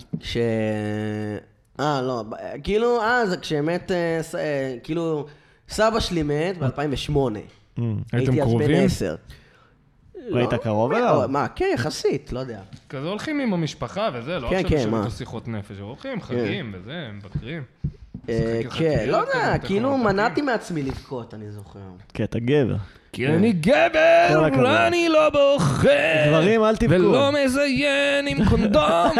לא, כאילו, זה כשמת, כאילו, סבא שלי מת ב-2008. הייתם קרובים? הייתי אז בן 10. ראית קרוב אליו? מה, כן, יחסית, לא יודע. כזה הולכים עם המשפחה וזה, לא עכשיו שבאתו שיחות נפש, הולכים, חגים וזה, מבקרים. כן, לא יודע, כאילו מנעתי מעצמי לבכות, אני זוכר. כן, אתה גבר. כי אני גבר, אני לא בוכה. דברים, אל תבכו. ולא מזיין עם קונדום.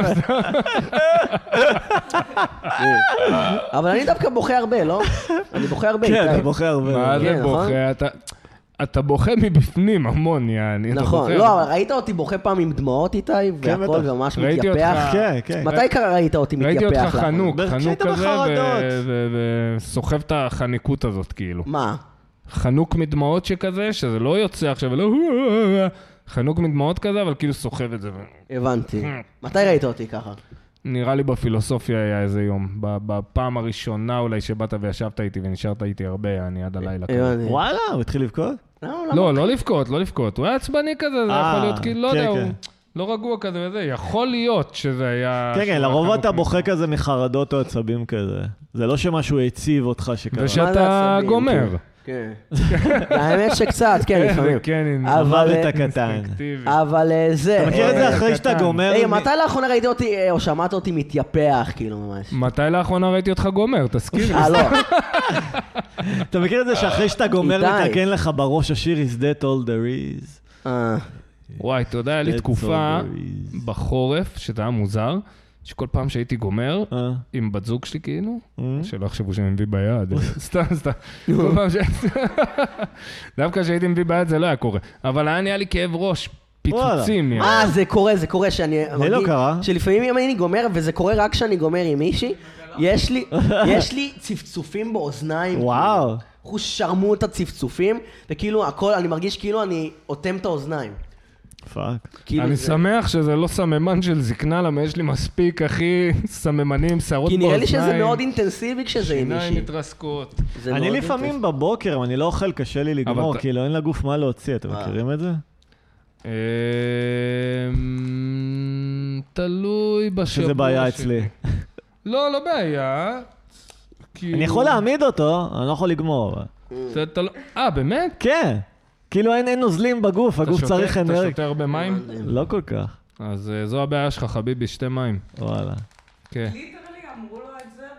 אבל אני דווקא בוכה הרבה, לא? אני בוכה הרבה. כן, אתה בוכה הרבה. מה זה בוכה? אתה בוכה מבפנים המון, יעני. נכון, לא, ראית אותי בוכה פעם עם דמעות איתי, והכל ממש מתייפח. כן, כן. מתי ראית אותי מתייפח? ראיתי אותך חנוק כזה, בחרדות. וסוחב את החניקות הזאת, כאילו. מה? חנוק מדמעות שכזה, שזה לא יוצא עכשיו, ולא... חנוק מדמעות כזה, אבל כאילו סוחב את זה. הבנתי. מתי ראית אותי ככה? נראה לי בפילוסופיה היה איזה יום. בפעם הראשונה אולי שבאת וישבת איתי ונשארת איתי הרבה, אני עד הלילה כזה. וואלה, הוא התחיל לבכות? לא לבכות. הוא היה עצבני כזה, זה יכול להיות כאילו, לא יודע, הוא לא רגוע כזה וזה. יכול להיות שזה היה... כן, לרוב אתה בוכה כזה מחרדות או עצבים כזה. זה לא שמשהו הציב אותך שכזה. ושאתה גומר. כן. האמת שקצת, כן, לפעמים. המוות הקטן. אבל זה... אתה מכיר את זה אחרי שאתה גומר? מתי לאחרונה ראיתי אותי, או שמעת אותי מתייפח, כאילו ממש? מתי לאחרונה ראיתי אותך גומר? תזכיר לי. לא. אתה מכיר את זה שאחרי שאתה גומר מתקן לך בראש השיר Is that all there is? וואי, אתה יודע, היה לי תקופה בחורף, שזה היה מוזר, שכל פעם שהייתי גומר, עם בת זוג שלי כאילו, שלא חשבו שאני מביא ביד, סתם. כל פעם דווקא שהייתי מביא ביד זה לא היה קורה, אבל היה נהיה לי כאב ראש, פיצוצים. זה קורה שאני... זה לא קרה. שלפעמים אם אני גומר, וזה קורה רק כשאני גומר עם מישהי, יש לי צפצופים באוזניים. וואו. חוש שרמו את הצפצופים, וכאילו הכל, אני מרגיש כאילו אני אוטם את האוזניים. פאק. אני שמח שזה לא סממן של זקנה, למה יש לי מספיק, אחי, סממנים, שערות באוזניים. כי נראה לי שזה מאוד אינטנסיבי כשזה עם מישהי. שיניים מתרסקות. אני לפעמים בבוקר, אני לא אוכל, קשה לי לגמור, כאילו אין לגוף מה להוציא, אתם מכירים את זה? תלוי בשבוע. שזה בעיה אצלי. לא בעיה. אני יכול להעמיד אותו, אני לא יכול לגמור. באמת? כן. כאילו אין נוזלים בגוף, הגוף צריך אנרגיה. אתה שותה הרבה מים? לא כל כך. אז זו הבעיה שלך, חביבי, שתי מים. וואלה. כן. ליטרלי אמרו לו את זה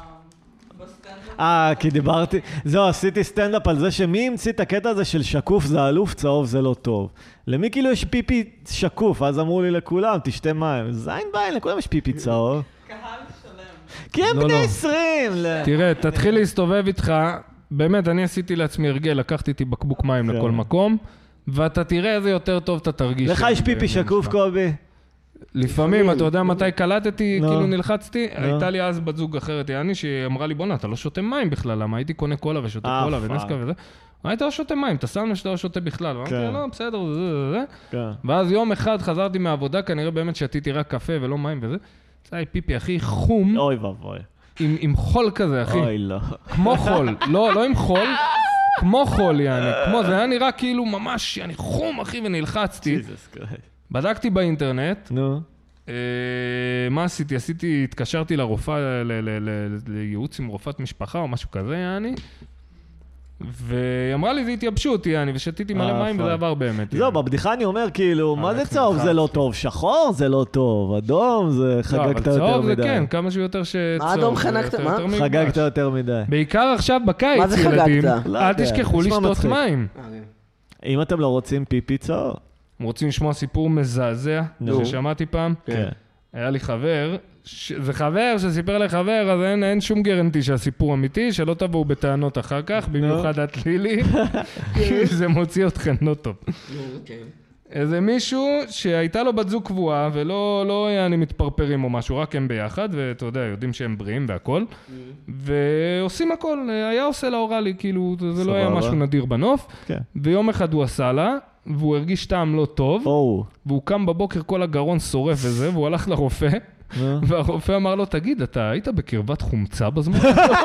בסטנדאפ. כי דיברתי, עשיתי סטנדאפ על זה שמי המציא את הקטע הזה של שקוף זה אלוף, צהוב זה לא טוב. למי כאילו יש פיפי שקוף, אז אמרו לי לכולם, תשתה מים. זין ביין, לכולם יש פיפי צהוב. קהל שלם. כי הם בני 20. תראה, תתחיל להסתובב איתך, באמת, אני עשיתי לעצמי הרגל, לקחתי איתי בקבוק מים לכל מקום, ואתה תראה איזה יותר טוב אתה תרגיש. לך יש פיפי שקוף, קובי? לפעמים, אתה יודע מתי קלטתי, כאילו נלחצתי, הייתה לי אז בת זוג אחרת, יעני, שהיא אמרה לי, בונה, אתה לא שותה מים בכלל, למה הייתי קונה קולה ושותה קולה ונסקה וזה, היית לא שותה מים, אתה שם שאתה לא שותה בכלל, ואמרתי, לא, בסדר, זה. ואז יום אחד חזרתי מהעבודה, כנראה באמת שתיתי רק קפה ולא מים וזה, זה היה פיפי הכי חום. אוי ואבוי. עם חול כזה, אחי. אוי, לא. כמו חול. לא עם חול, כמו חול, יעני. כמו, זה היה נראה כאילו ממש, יעני, חום, אחי, ונלחצתי. בדקתי באינטרנט. נו. מה עשיתי? התקשרתי לרופאה, לייעוץ עם רופאת משפחה או משהו כזה, יעני. והיא אמרה לי, זה התייבשות, יעני, ושתיתי מלא מים וזה עבר באמת. זהו, בבדיחה אני אומר, כאילו, מה זה צהוב? זה לא טוב. שחור זה לא טוב. אדום זה חגגת יותר מדי. צהוב זה כן, כמה שיותר שצהוב. מה אדום חנקת? מה? חגגת יותר מדי. בעיקר עכשיו בקיץ, ילדים. אל תשכחו לשתות מים. אם אתם לא רוצים פיפי צהוב. רוצים לשמוע סיפור מזעזע, ששמעתי פעם. כן. היה לי חבר, זה חבר שסיפר לחבר, אז אין שום גרנטי שהסיפור אמיתי, שלא תבואו בטענות אחר כך, במיוחד את לילי, זה מוציא אתכם לא טוב. איזה מישהו שהייתה לו בת זוג קבועה, ולא היה אני מתפרפרים או משהו, רק הם ביחד, ואתה יודע, יודעים שהם בריאים והכל, ועושים הכל, היה עושה לה אורלי, כאילו, זה לא היה משהו נדיר בנוף, ויום אחד הוא עשה לה, והוא הרגיש טעם לא טוב, והוא קם בבוקר כל הגרון שורף וזה, והוא הלך לרופא, והרופא אמר לו, תגיד, אתה היית בקרבת חומצה בזמן?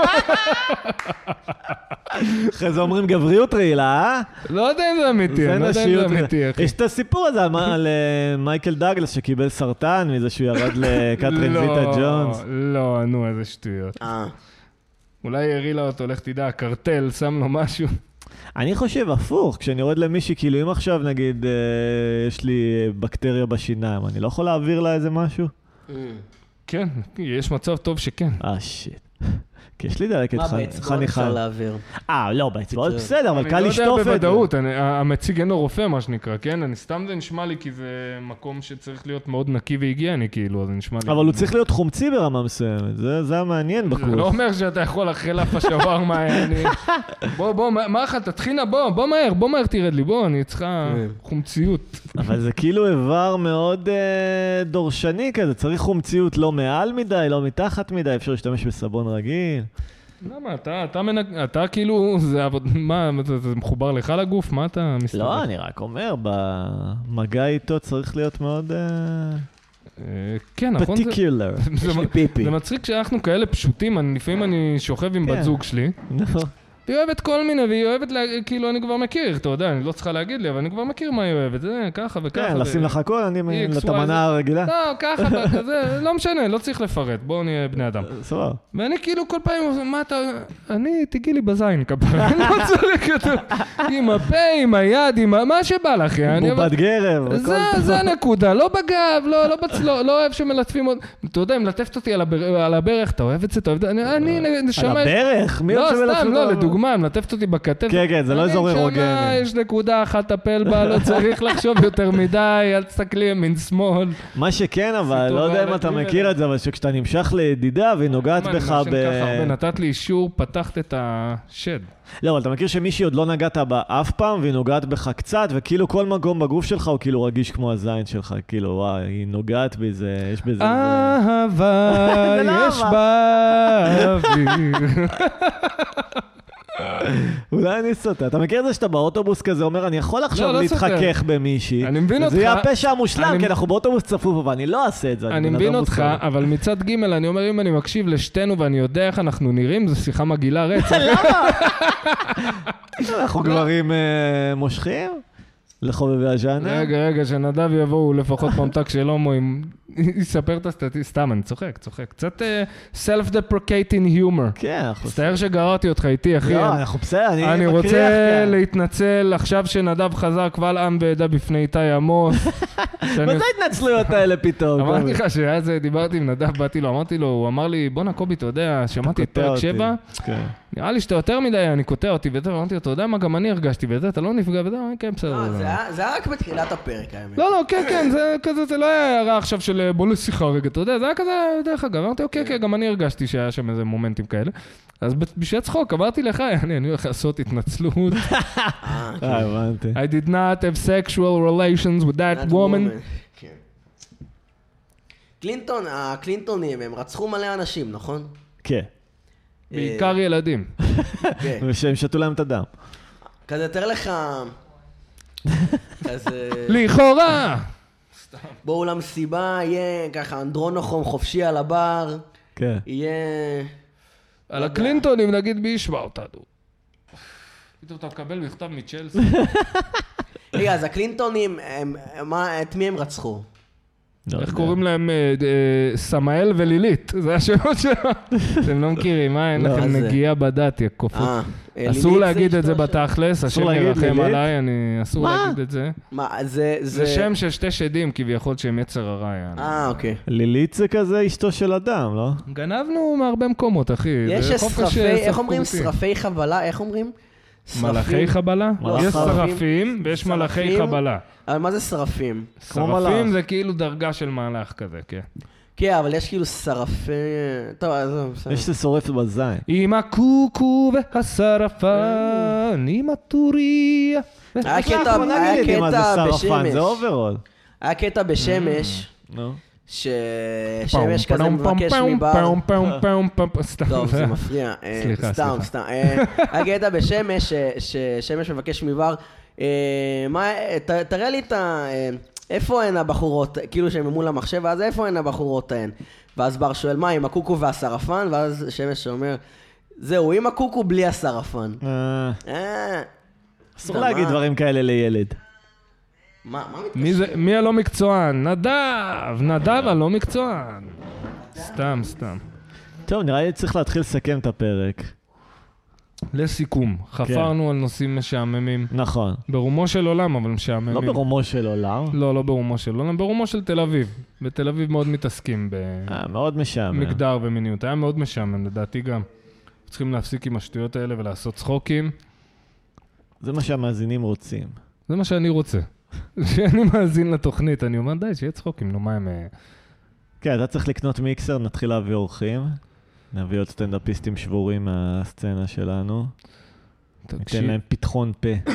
אחרי זה אומרים גבריות רעילה, לא יודע אם זה אמיתי, יש את הסיפור הזה על מייקל דאגלס שקיבל סרטן מזה שהוא ירד לקטרין זיטה ג'ונס. לא, נו, איזה שטויות. אולי הרילה אותו, לך תדע, הקרטל, שם לו משהו. אני חושב הפוך, כשאני יורד למישהי, כאילו אם עכשיו נגיד יש לי בקטריה בשיניים, אני לא יכול להעביר לה איזה משהו? כן, יש מצב טוב שכן. שיט. כי יש לי דלקת חניכה. מה באצבעות אפשר להעביר? לא, באצבעות בסדר, אבל קל לשטוף את זה. אני לא יודע בוודאות, המציג אינו רופא, מה שנקרא, כן? אני סתם זה נשמע לי, כי זה מקום שצריך להיות מאוד נקי והיגיעני, כאילו, אז זה נשמע לי... אבל הוא צריך להיות חומצי ברמה מסוימת, זה המעניין בקורס. זה לא אומר שאתה יכול אחרי לאפה שווארמה, בוא, מה אחת, תתחינה, בוא מהר תירד לי, בוא, אני צריכה חומציות. אבל זה כאילו איבר מאוד דורשני כזה, צריך חומציות לא מעל מדי, לא מתחת מדי, אפשר להשתמש בסבון רגיל. למה? אתה כאילו, מה, זה מחובר לך לגוף? מה אתה מסתכל? לא, אני רק אומר, במגע איתו צריך להיות מאוד... כן, נכון? פרטיקולר. זה מצחיק שאנחנו כאלה פשוטים, לפעמים אני שוכב עם בת זוג שלי. היא אוהבת כל מיני, והיא אוהבת, כאילו אני כבר מכיר, אתה יודע, אני לא צריכה להגיד לי, אבל אני כבר מכיר מה היא אוהבת, זה ככה וככה. כן, לשים לך הכל, אני לתמנה הרגילה. לא, ככה, זה לא משנה, לא צריך לפרט, בואו נהיה בני אדם. סבבה. ואני כאילו כל פעם, מה אתה, תגיעי לי בזין כפרה, אני לא צריך יותר, עם הפה, עם היד, עם מה שבא לך, בובת גרב. זה הנקודה, לא בגב, לא אוהב שמלטפים עוד, אתה יודע, אם לטפת אותי על הברך, אתה אוהב את זה, אתה אוהב, אני נשמע... על הברך? מי אוהב שמלטפים? דוגמה, מלטפת אותי בכתף. כן, כן, זה לא אזור אירוגני. יש נקודה אחת טפל בה, לא צריך לחשוב יותר מדי, אל תסתכלי ימין שמאל. מה שכן, אבל לא יודע אם אתה מכיר את זה, אבל שכשאתה נמשך לידידה והיא נוגעת בך נתת לי אישור, פתחת את השד. לא, אבל אתה מכיר שמישהי עוד לא נגעת בה אף פעם, והיא נוגעת בך קצת, וכאילו כל מקום בגוף שלך הוא כאילו רגיש כמו הזין שלך, כאילו, וואי, היא נוגעת בזה, יש בזה... אהבה, יש באוויר. אולי אני סוטה. אתה מכיר את זה שאתה באוטובוס כזה אומר, אני יכול עכשיו להתחכך במישהי. אני מבין אותך. זה יהיה הפשע המושלם, כי אנחנו באוטובוס צפוף, אבל אני לא אעשה את זה. אני מבין אותך, אבל מצד ג' אני אומר, אם אני מקשיב לשתינו ואני יודע איך אנחנו נראים, זו שיחה מגעילה רצח. למה? אנחנו גברים מושכים? לחובבי הז'אנר? רגע, שנדב יבואו לפחות ממתק של הומואים, יספר את הסטטיסטיקה, סתם, אני צוחק. קצת self-deprecating humor. כן. מצטער שגררתי אותך איתי, אחי. לא, אנחנו בסדר, אני רוצה להתנצל עכשיו שנדב חזר קבל עם ועדה בפני איתי עמוס. מה זה ההתנצלויות האלה פתאום? אמרתי לך שאז דיברתי עם נדב, באתי לו, אמרתי לו, הוא אמר לי, בוא נקובי, אתה יודע, שמעתי את פרק 7, נראה לי שאתה יותר מדי, אני קוטע אותי, ואמרתי לו, אתה יודע מה, גם אני הרגשתי, וזה, אתה לא נפגע, וזה, כן, בסדר. זה היה רק בתחילת הפרק, האמת. לא, כן, זה כזה, זה לא היה הערה עכשיו של בוא לשיחה רגע, אתה יודע, זה היה כזה, דרך אגב, אמרתי, אוקיי, גם אני הרגשתי שהיה שם איזה מומנטים כאלה. אז בשביל צחוק, אמרתי לך, אני הולך לעשות התנצלות. הבנתי. I did not have sexual relations with that woman. הקלינטונים, הם רצחו מלא אנשים, נכון? כן. בעיקר ילדים. ושהם שתו להם את הדם. כזה יותר לך... כזה... לכאורה! בואו למסיבה, יהיה ככה אנדרונוכום חופשי על הבר. כן. יהיה... על הקלינטונים נגיד מי ישמע אותנו. פתאום אתה מקבל מכתב מצ'לסי. רגע, אז הקלינטונים, את מי הם רצחו? איך קוראים להם? סמאל ולילית. זה השמות שלהם. אתם לא מכירים, מה? אין לכם נגיעה בדת, יא כופות. אסור להגיד את זה בתכלס, השם ירחם עליי, אסור להגיד את זה. מה, זה שם של שתי שדים, כביכול שהם יצר הרע. אוקיי. לילית זה כזה אשתו של אדם, לא? גנבנו מהרבה מקומות, אחי. יש שרפי, איך אומרים? שרפי חבלה, איך אומרים? מלאכי חבלה? יש שרפים ויש מלאכי חבלה. אבל מה זה שרפים? שרפים זה כאילו דרגה של מהלך כזה, כן. כן, אבל יש כאילו שרפי... טוב, אז... יש ששורף בזין. עם הקוקו והשרפן, עם הטוריה. היה קטע בשמש. זה אוברול. היה קטע בשמש. ששמש כזה מבקש מבר. טוב, זה מפריע. סתם. הקטע בשמש, ששמש מבקש מבר, תראה לי את ה... איפה הן הבחורות, כאילו שהן מול המחשב, ואז איפה הן הבחורות ההן? ואז בר שואל, מה, עם הקוקו והשרפן? ואז שמש אומר, זהו, עם הקוקו בלי השרפן. אסור להגיד דברים כאלה לילד. מה מתקשר? מי הלא מקצוען? נדב הלא מקצוען. סתם. טוב, נראה לי צריך להתחיל לסכם את הפרק. לסיכום, חפרנו על נושאים משעממים. נכון. ברומו של עולם, אבל משעממים. לא ברומו של עולם. לא ברומו של עולם, ברומו של תל אביב. בתל אביב מאוד מתעסקים מאוד משעמם. מגדר ומיניות. היה מאוד משעמם, לדעתי גם. צריכים להפסיק עם השטויות האלה ולעשות צחוקים. זה מה שהמאזינים רוצים. זה מה שאני רוצה. כשאני מאזין לתוכנית, אני אומר, די, שיהיה צחוקים, נו, מה הם... כן, אתה צריך לקנות מיקסר, נתחיל להביא אורחים. נביא עוד סטנדאפיסטים שבורים מהסצנה שלנו. ניתן להם פתחון פה.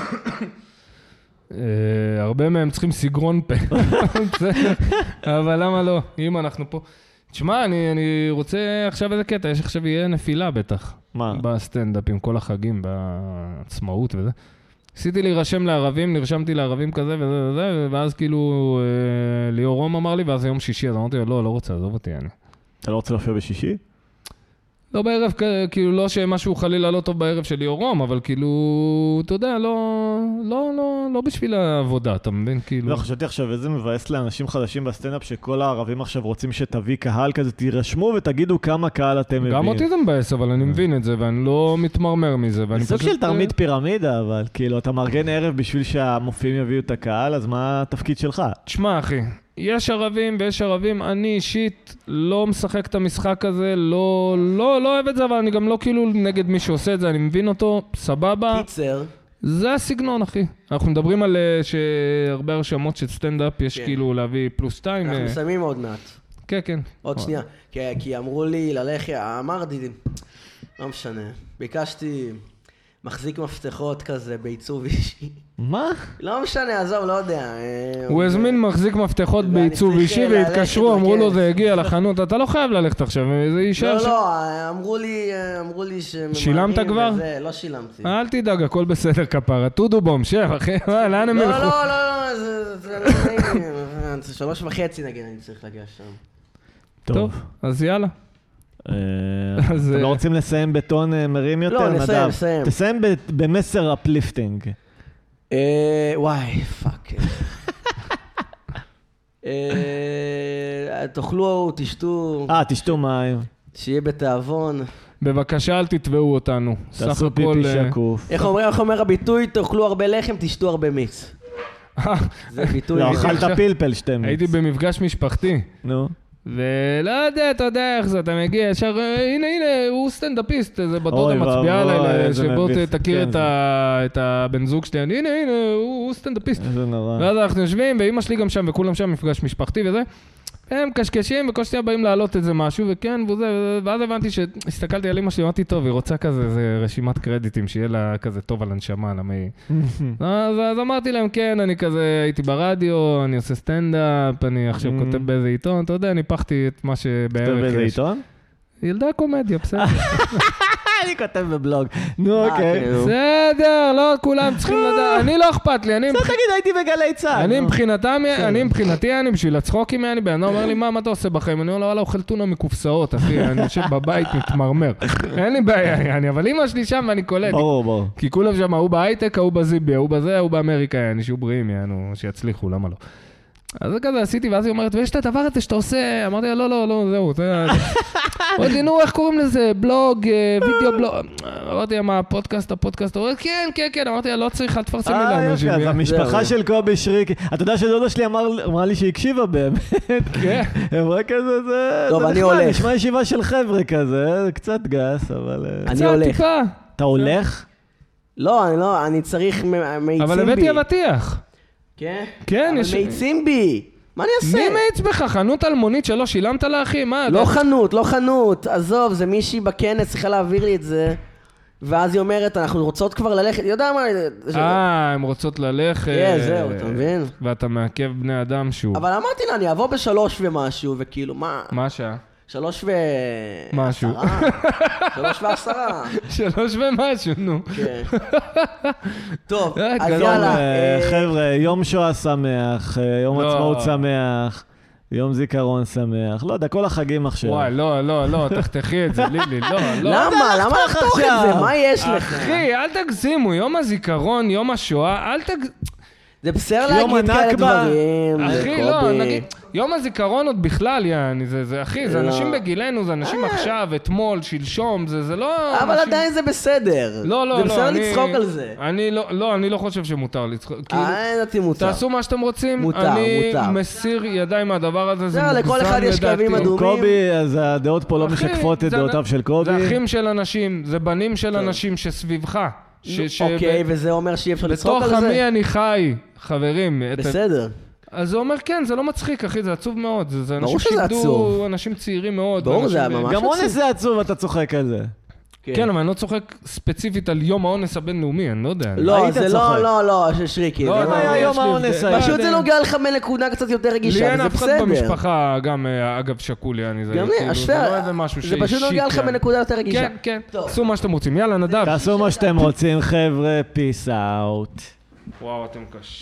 הרבה מהם צריכים סגרון פה. אבל למה לא? אם אנחנו פה... תשמע, אני רוצה עכשיו איזה קטע, יש עכשיו יהיה נפילה בטח. מה? בסטנדאפ עם כל החגים, בעצמאות וזה. עשיתי להירשם לערבים, נרשמתי לערבים כזה וזה, ואז כאילו ליאור רום אמר לי, ואז היום שישי, אז אמרתי לו, לא רוצה, עזוב אותי, אני. אתה לא רוצה להופיע בשישי? לא בערב, כאילו לא שמשהו חלילה לא טוב בערב של ליאור רום, אבל כאילו, אתה יודע, לא בשביל העבודה, אתה מבין? כאילו... לא, חשבתי עכשיו איזה מבאס לאנשים חדשים בסטנדאפ, שכל הערבים עכשיו רוצים שתביא קהל כזה, תירשמו ותגידו כמה קהל אתם מביאים. גם אותי זה מבאס, אבל אני מבין את זה, ואני לא מתמרמר מזה. זה סוג של תרמית פירמידה, אבל כאילו, אתה מארגן ערב בשביל שהמופיעים יביאו את הקהל, אז מה התפקיד שלך? תשמע, אחי, יש ערבים ויש ערבים, אני אישית לא משחק את המשחק הזה, לא אוהב את זה, אבל אני גם לא כאילו נגד מי שעושה את זה, אני מבין אותו, סבבה. קיצר. זה הסגנון, אחי. אנחנו מדברים על שהרבה הרשמות של סטנדאפ, יש כאילו להביא פלוס 2. אנחנו מסיימים עוד מעט. כן. עוד שנייה, כי אמרו לי ללכת, אמרתי, לא משנה, ביקשתי מחזיק מפתחות כזה בעיצוב אישי. מה? לא משנה, עזוב, לא יודע. הוא הזמין מחזיק מפתחות בעיצוב אישי והתקשרו, אמרו לו זה הגיע לחנות, אתה לא חייב ללכת עכשיו, זה יישאר... לא, אמרו לי שילמת כבר? לא שילמתי. אל תדאג, הכל בסדר כפרה, טודו בום, שב אחי, לאן הם ילכו? לא, זה לא נעים, 3:30 נגיד אני צריך להגיע שם. טוב, אז יאללה. אתם לא רוצים לסיים בטון מרים יותר? לא, נסיים. תסיים במסר אפליפטינג. וואי, פאק. תאכלו, תשתו. תשתו מים. שיהיה בתיאבון. בבקשה, אל תתבעו אותנו. תעשו פיפי שקוף. איך אומר הביטוי? תאכלו הרבה לחם, תשתו הרבה מיץ. זה ביטוי. לא, אכלת פלפל 2 מיץ. הייתי במפגש משפחתי. נו. ולא יודע, אתה יודע איך זה, אתה מגיע, ישר, הנה, הוא סטנדאפיסט, זה בדודה מצביעה עליי, שבוא תכיר את הבן זוג שלי, הנה, הוא סטנדאפיסט. איזה נורא. ואז אנחנו יושבים, ואמא שלי גם שם, וכולם שם מפגש משפחתי וזה. הם קשקשים, וכל שנייה באים להעלות איזה משהו, וכן, ואז הבנתי שהסתכלתי על אמא שלי, אמרתי, טוב, היא רוצה כזה, איזה רשימת קרדיטים, שיהיה לה כזה טוב על הנשמה, למה היא... אז אמרתי להם, כן, אני כזה, הייתי ברדיו, אני עושה סטנדאפ, אני עכשיו כותב באיזה עיתון, אתה יודע, ניפחתי את מה שבערך... כותב באיזה עיתון? ילדה קומדיה, בסדר. אני כותב בבלוג. נו, אוקיי. בסדר, לא כולם צריכים לדעת. אני לא אכפת לי, אני... תגיד, הייתי בגלי צהל. אני מבחינתי, אני בשביל הצחוקים, אני בן, אומר לי, מה אתה עושה בחיים? אני אומר לו, וואלה, אוכל טונה מקופסאות, אחי, אני יושב בבית, מתמרמר. אין לי בעיה, אבל אמא שלי שם ואני קולט. ברור. כי כולם שם, הוא בהייטק, הוא בזיבי, הוא בזה, הוא באמריקה, שיהיו בריאים, שיצליחו, למה לא? אז זה כזה עשיתי, ואז היא אומרת, ויש את הדבר הזה שאתה עושה, אמרתי לה, לא, זהו, אמרתי לי, נו, איך קוראים לזה? בלוג, וידאו בלוג, אמרתי לה, מה, הפודקאסט, כן, אמרתי לה, לא צריך, אל תפרסם לי לאנשים. אז המשפחה של קובי שריק, אתה יודע שדודה שלי אמרה לי שהיא הקשיבה באמת. כן. אמרה כזה, זה נחמד, נשמע ישיבה של חבר'ה כזה, קצת גס, אבל... אני הולך. אתה הולך? לא, אני צריך מאיצים בי. אבל הבאתי אבטיח. כן? כן, אבל מאיצים בי. מה אני אעשה? מי מאיץ בך? חנות אלמונית שלא שילמת לה, אחי? מה? לא חנות. עזוב, זה מישהי בכנס צריכה להעביר לי את זה. ואז היא אומרת, אנחנו רוצות כבר ללכת. יודע מה? הן רוצות ללכת. כן, זהו, אתה מבין? ואתה מעכב בני אדם שוב. אבל אמרתי לה, אני אבוא ב3 ומשהו, וכאילו, מה? מה השעה? 3 משהו. 3 ו10. 3 ומשהו, נו. כן. טוב, אז יאללה. חבר'ה, יום שואה שמח, יום עצמאות שמח. יום זיכרון שמח, לא יודע, כל החגים עכשיו. וואי, לא, תחתכי את זה, לילי, לא. למה לחתוך את זה? מה יש לך? אחי, אל תגזימו, יום הזיכרון, יום השואה, אל תגזימו. זה בסדר להגיד כאלה דברים. אחי, לא, נגיד, יום הזיכרון עוד בכלל, יעני, זה אחי, זה אנשים בגילנו, זה אנשים עכשיו, אתמול, שלשום, זה לא... אבל עדיין זה בסדר. לא, זה בסדר לצחוק על זה. אני לא חושב שמותר לצחוק. אין מותר. תעשו מה שאתם רוצים. מותר. אני מסיר ידיים מהדבר הזה, זה מוגזם לדעתי. לכל אחד יש קווים אדומים. קובי, אז הדעות פה לא משקפות את דעותיו של קובי. זה אחים של אנשים, זה בנים של אנשים שסביבך. אוקיי, וזה אומר שאי אפשר לצחוק על זה? בתוך עמי אני חי, חברים. בסדר. אז זה אומר, כן, זה לא מצחיק, אחי, זה עצוב מאוד. זה אנשים שאיבדו, אנשים צעירים מאוד. ברור, זה ממש עצוב. גם אונס זה עצוב, אתה צוחק על זה. כן, אבל אני לא צוחק ספציפית על יום האונס הבינלאומי, אני לא יודע. לא, זה לא, שריקי. לא היה יום האונס. פשוט זה נוגע לך מנקודה קצת יותר רגישה, וזה בסדר. לי אין אף אחד במשפחה, גם אגב שקול, גם לי, זה פשוט נוגע לך מנקודה יותר רגישה. כן, כן, תעשו מה שאתם רוצים. יאללה, נדב. תעשו מה שאתם רוצים, חבר'ה, peace out. וואו, אתם קשים.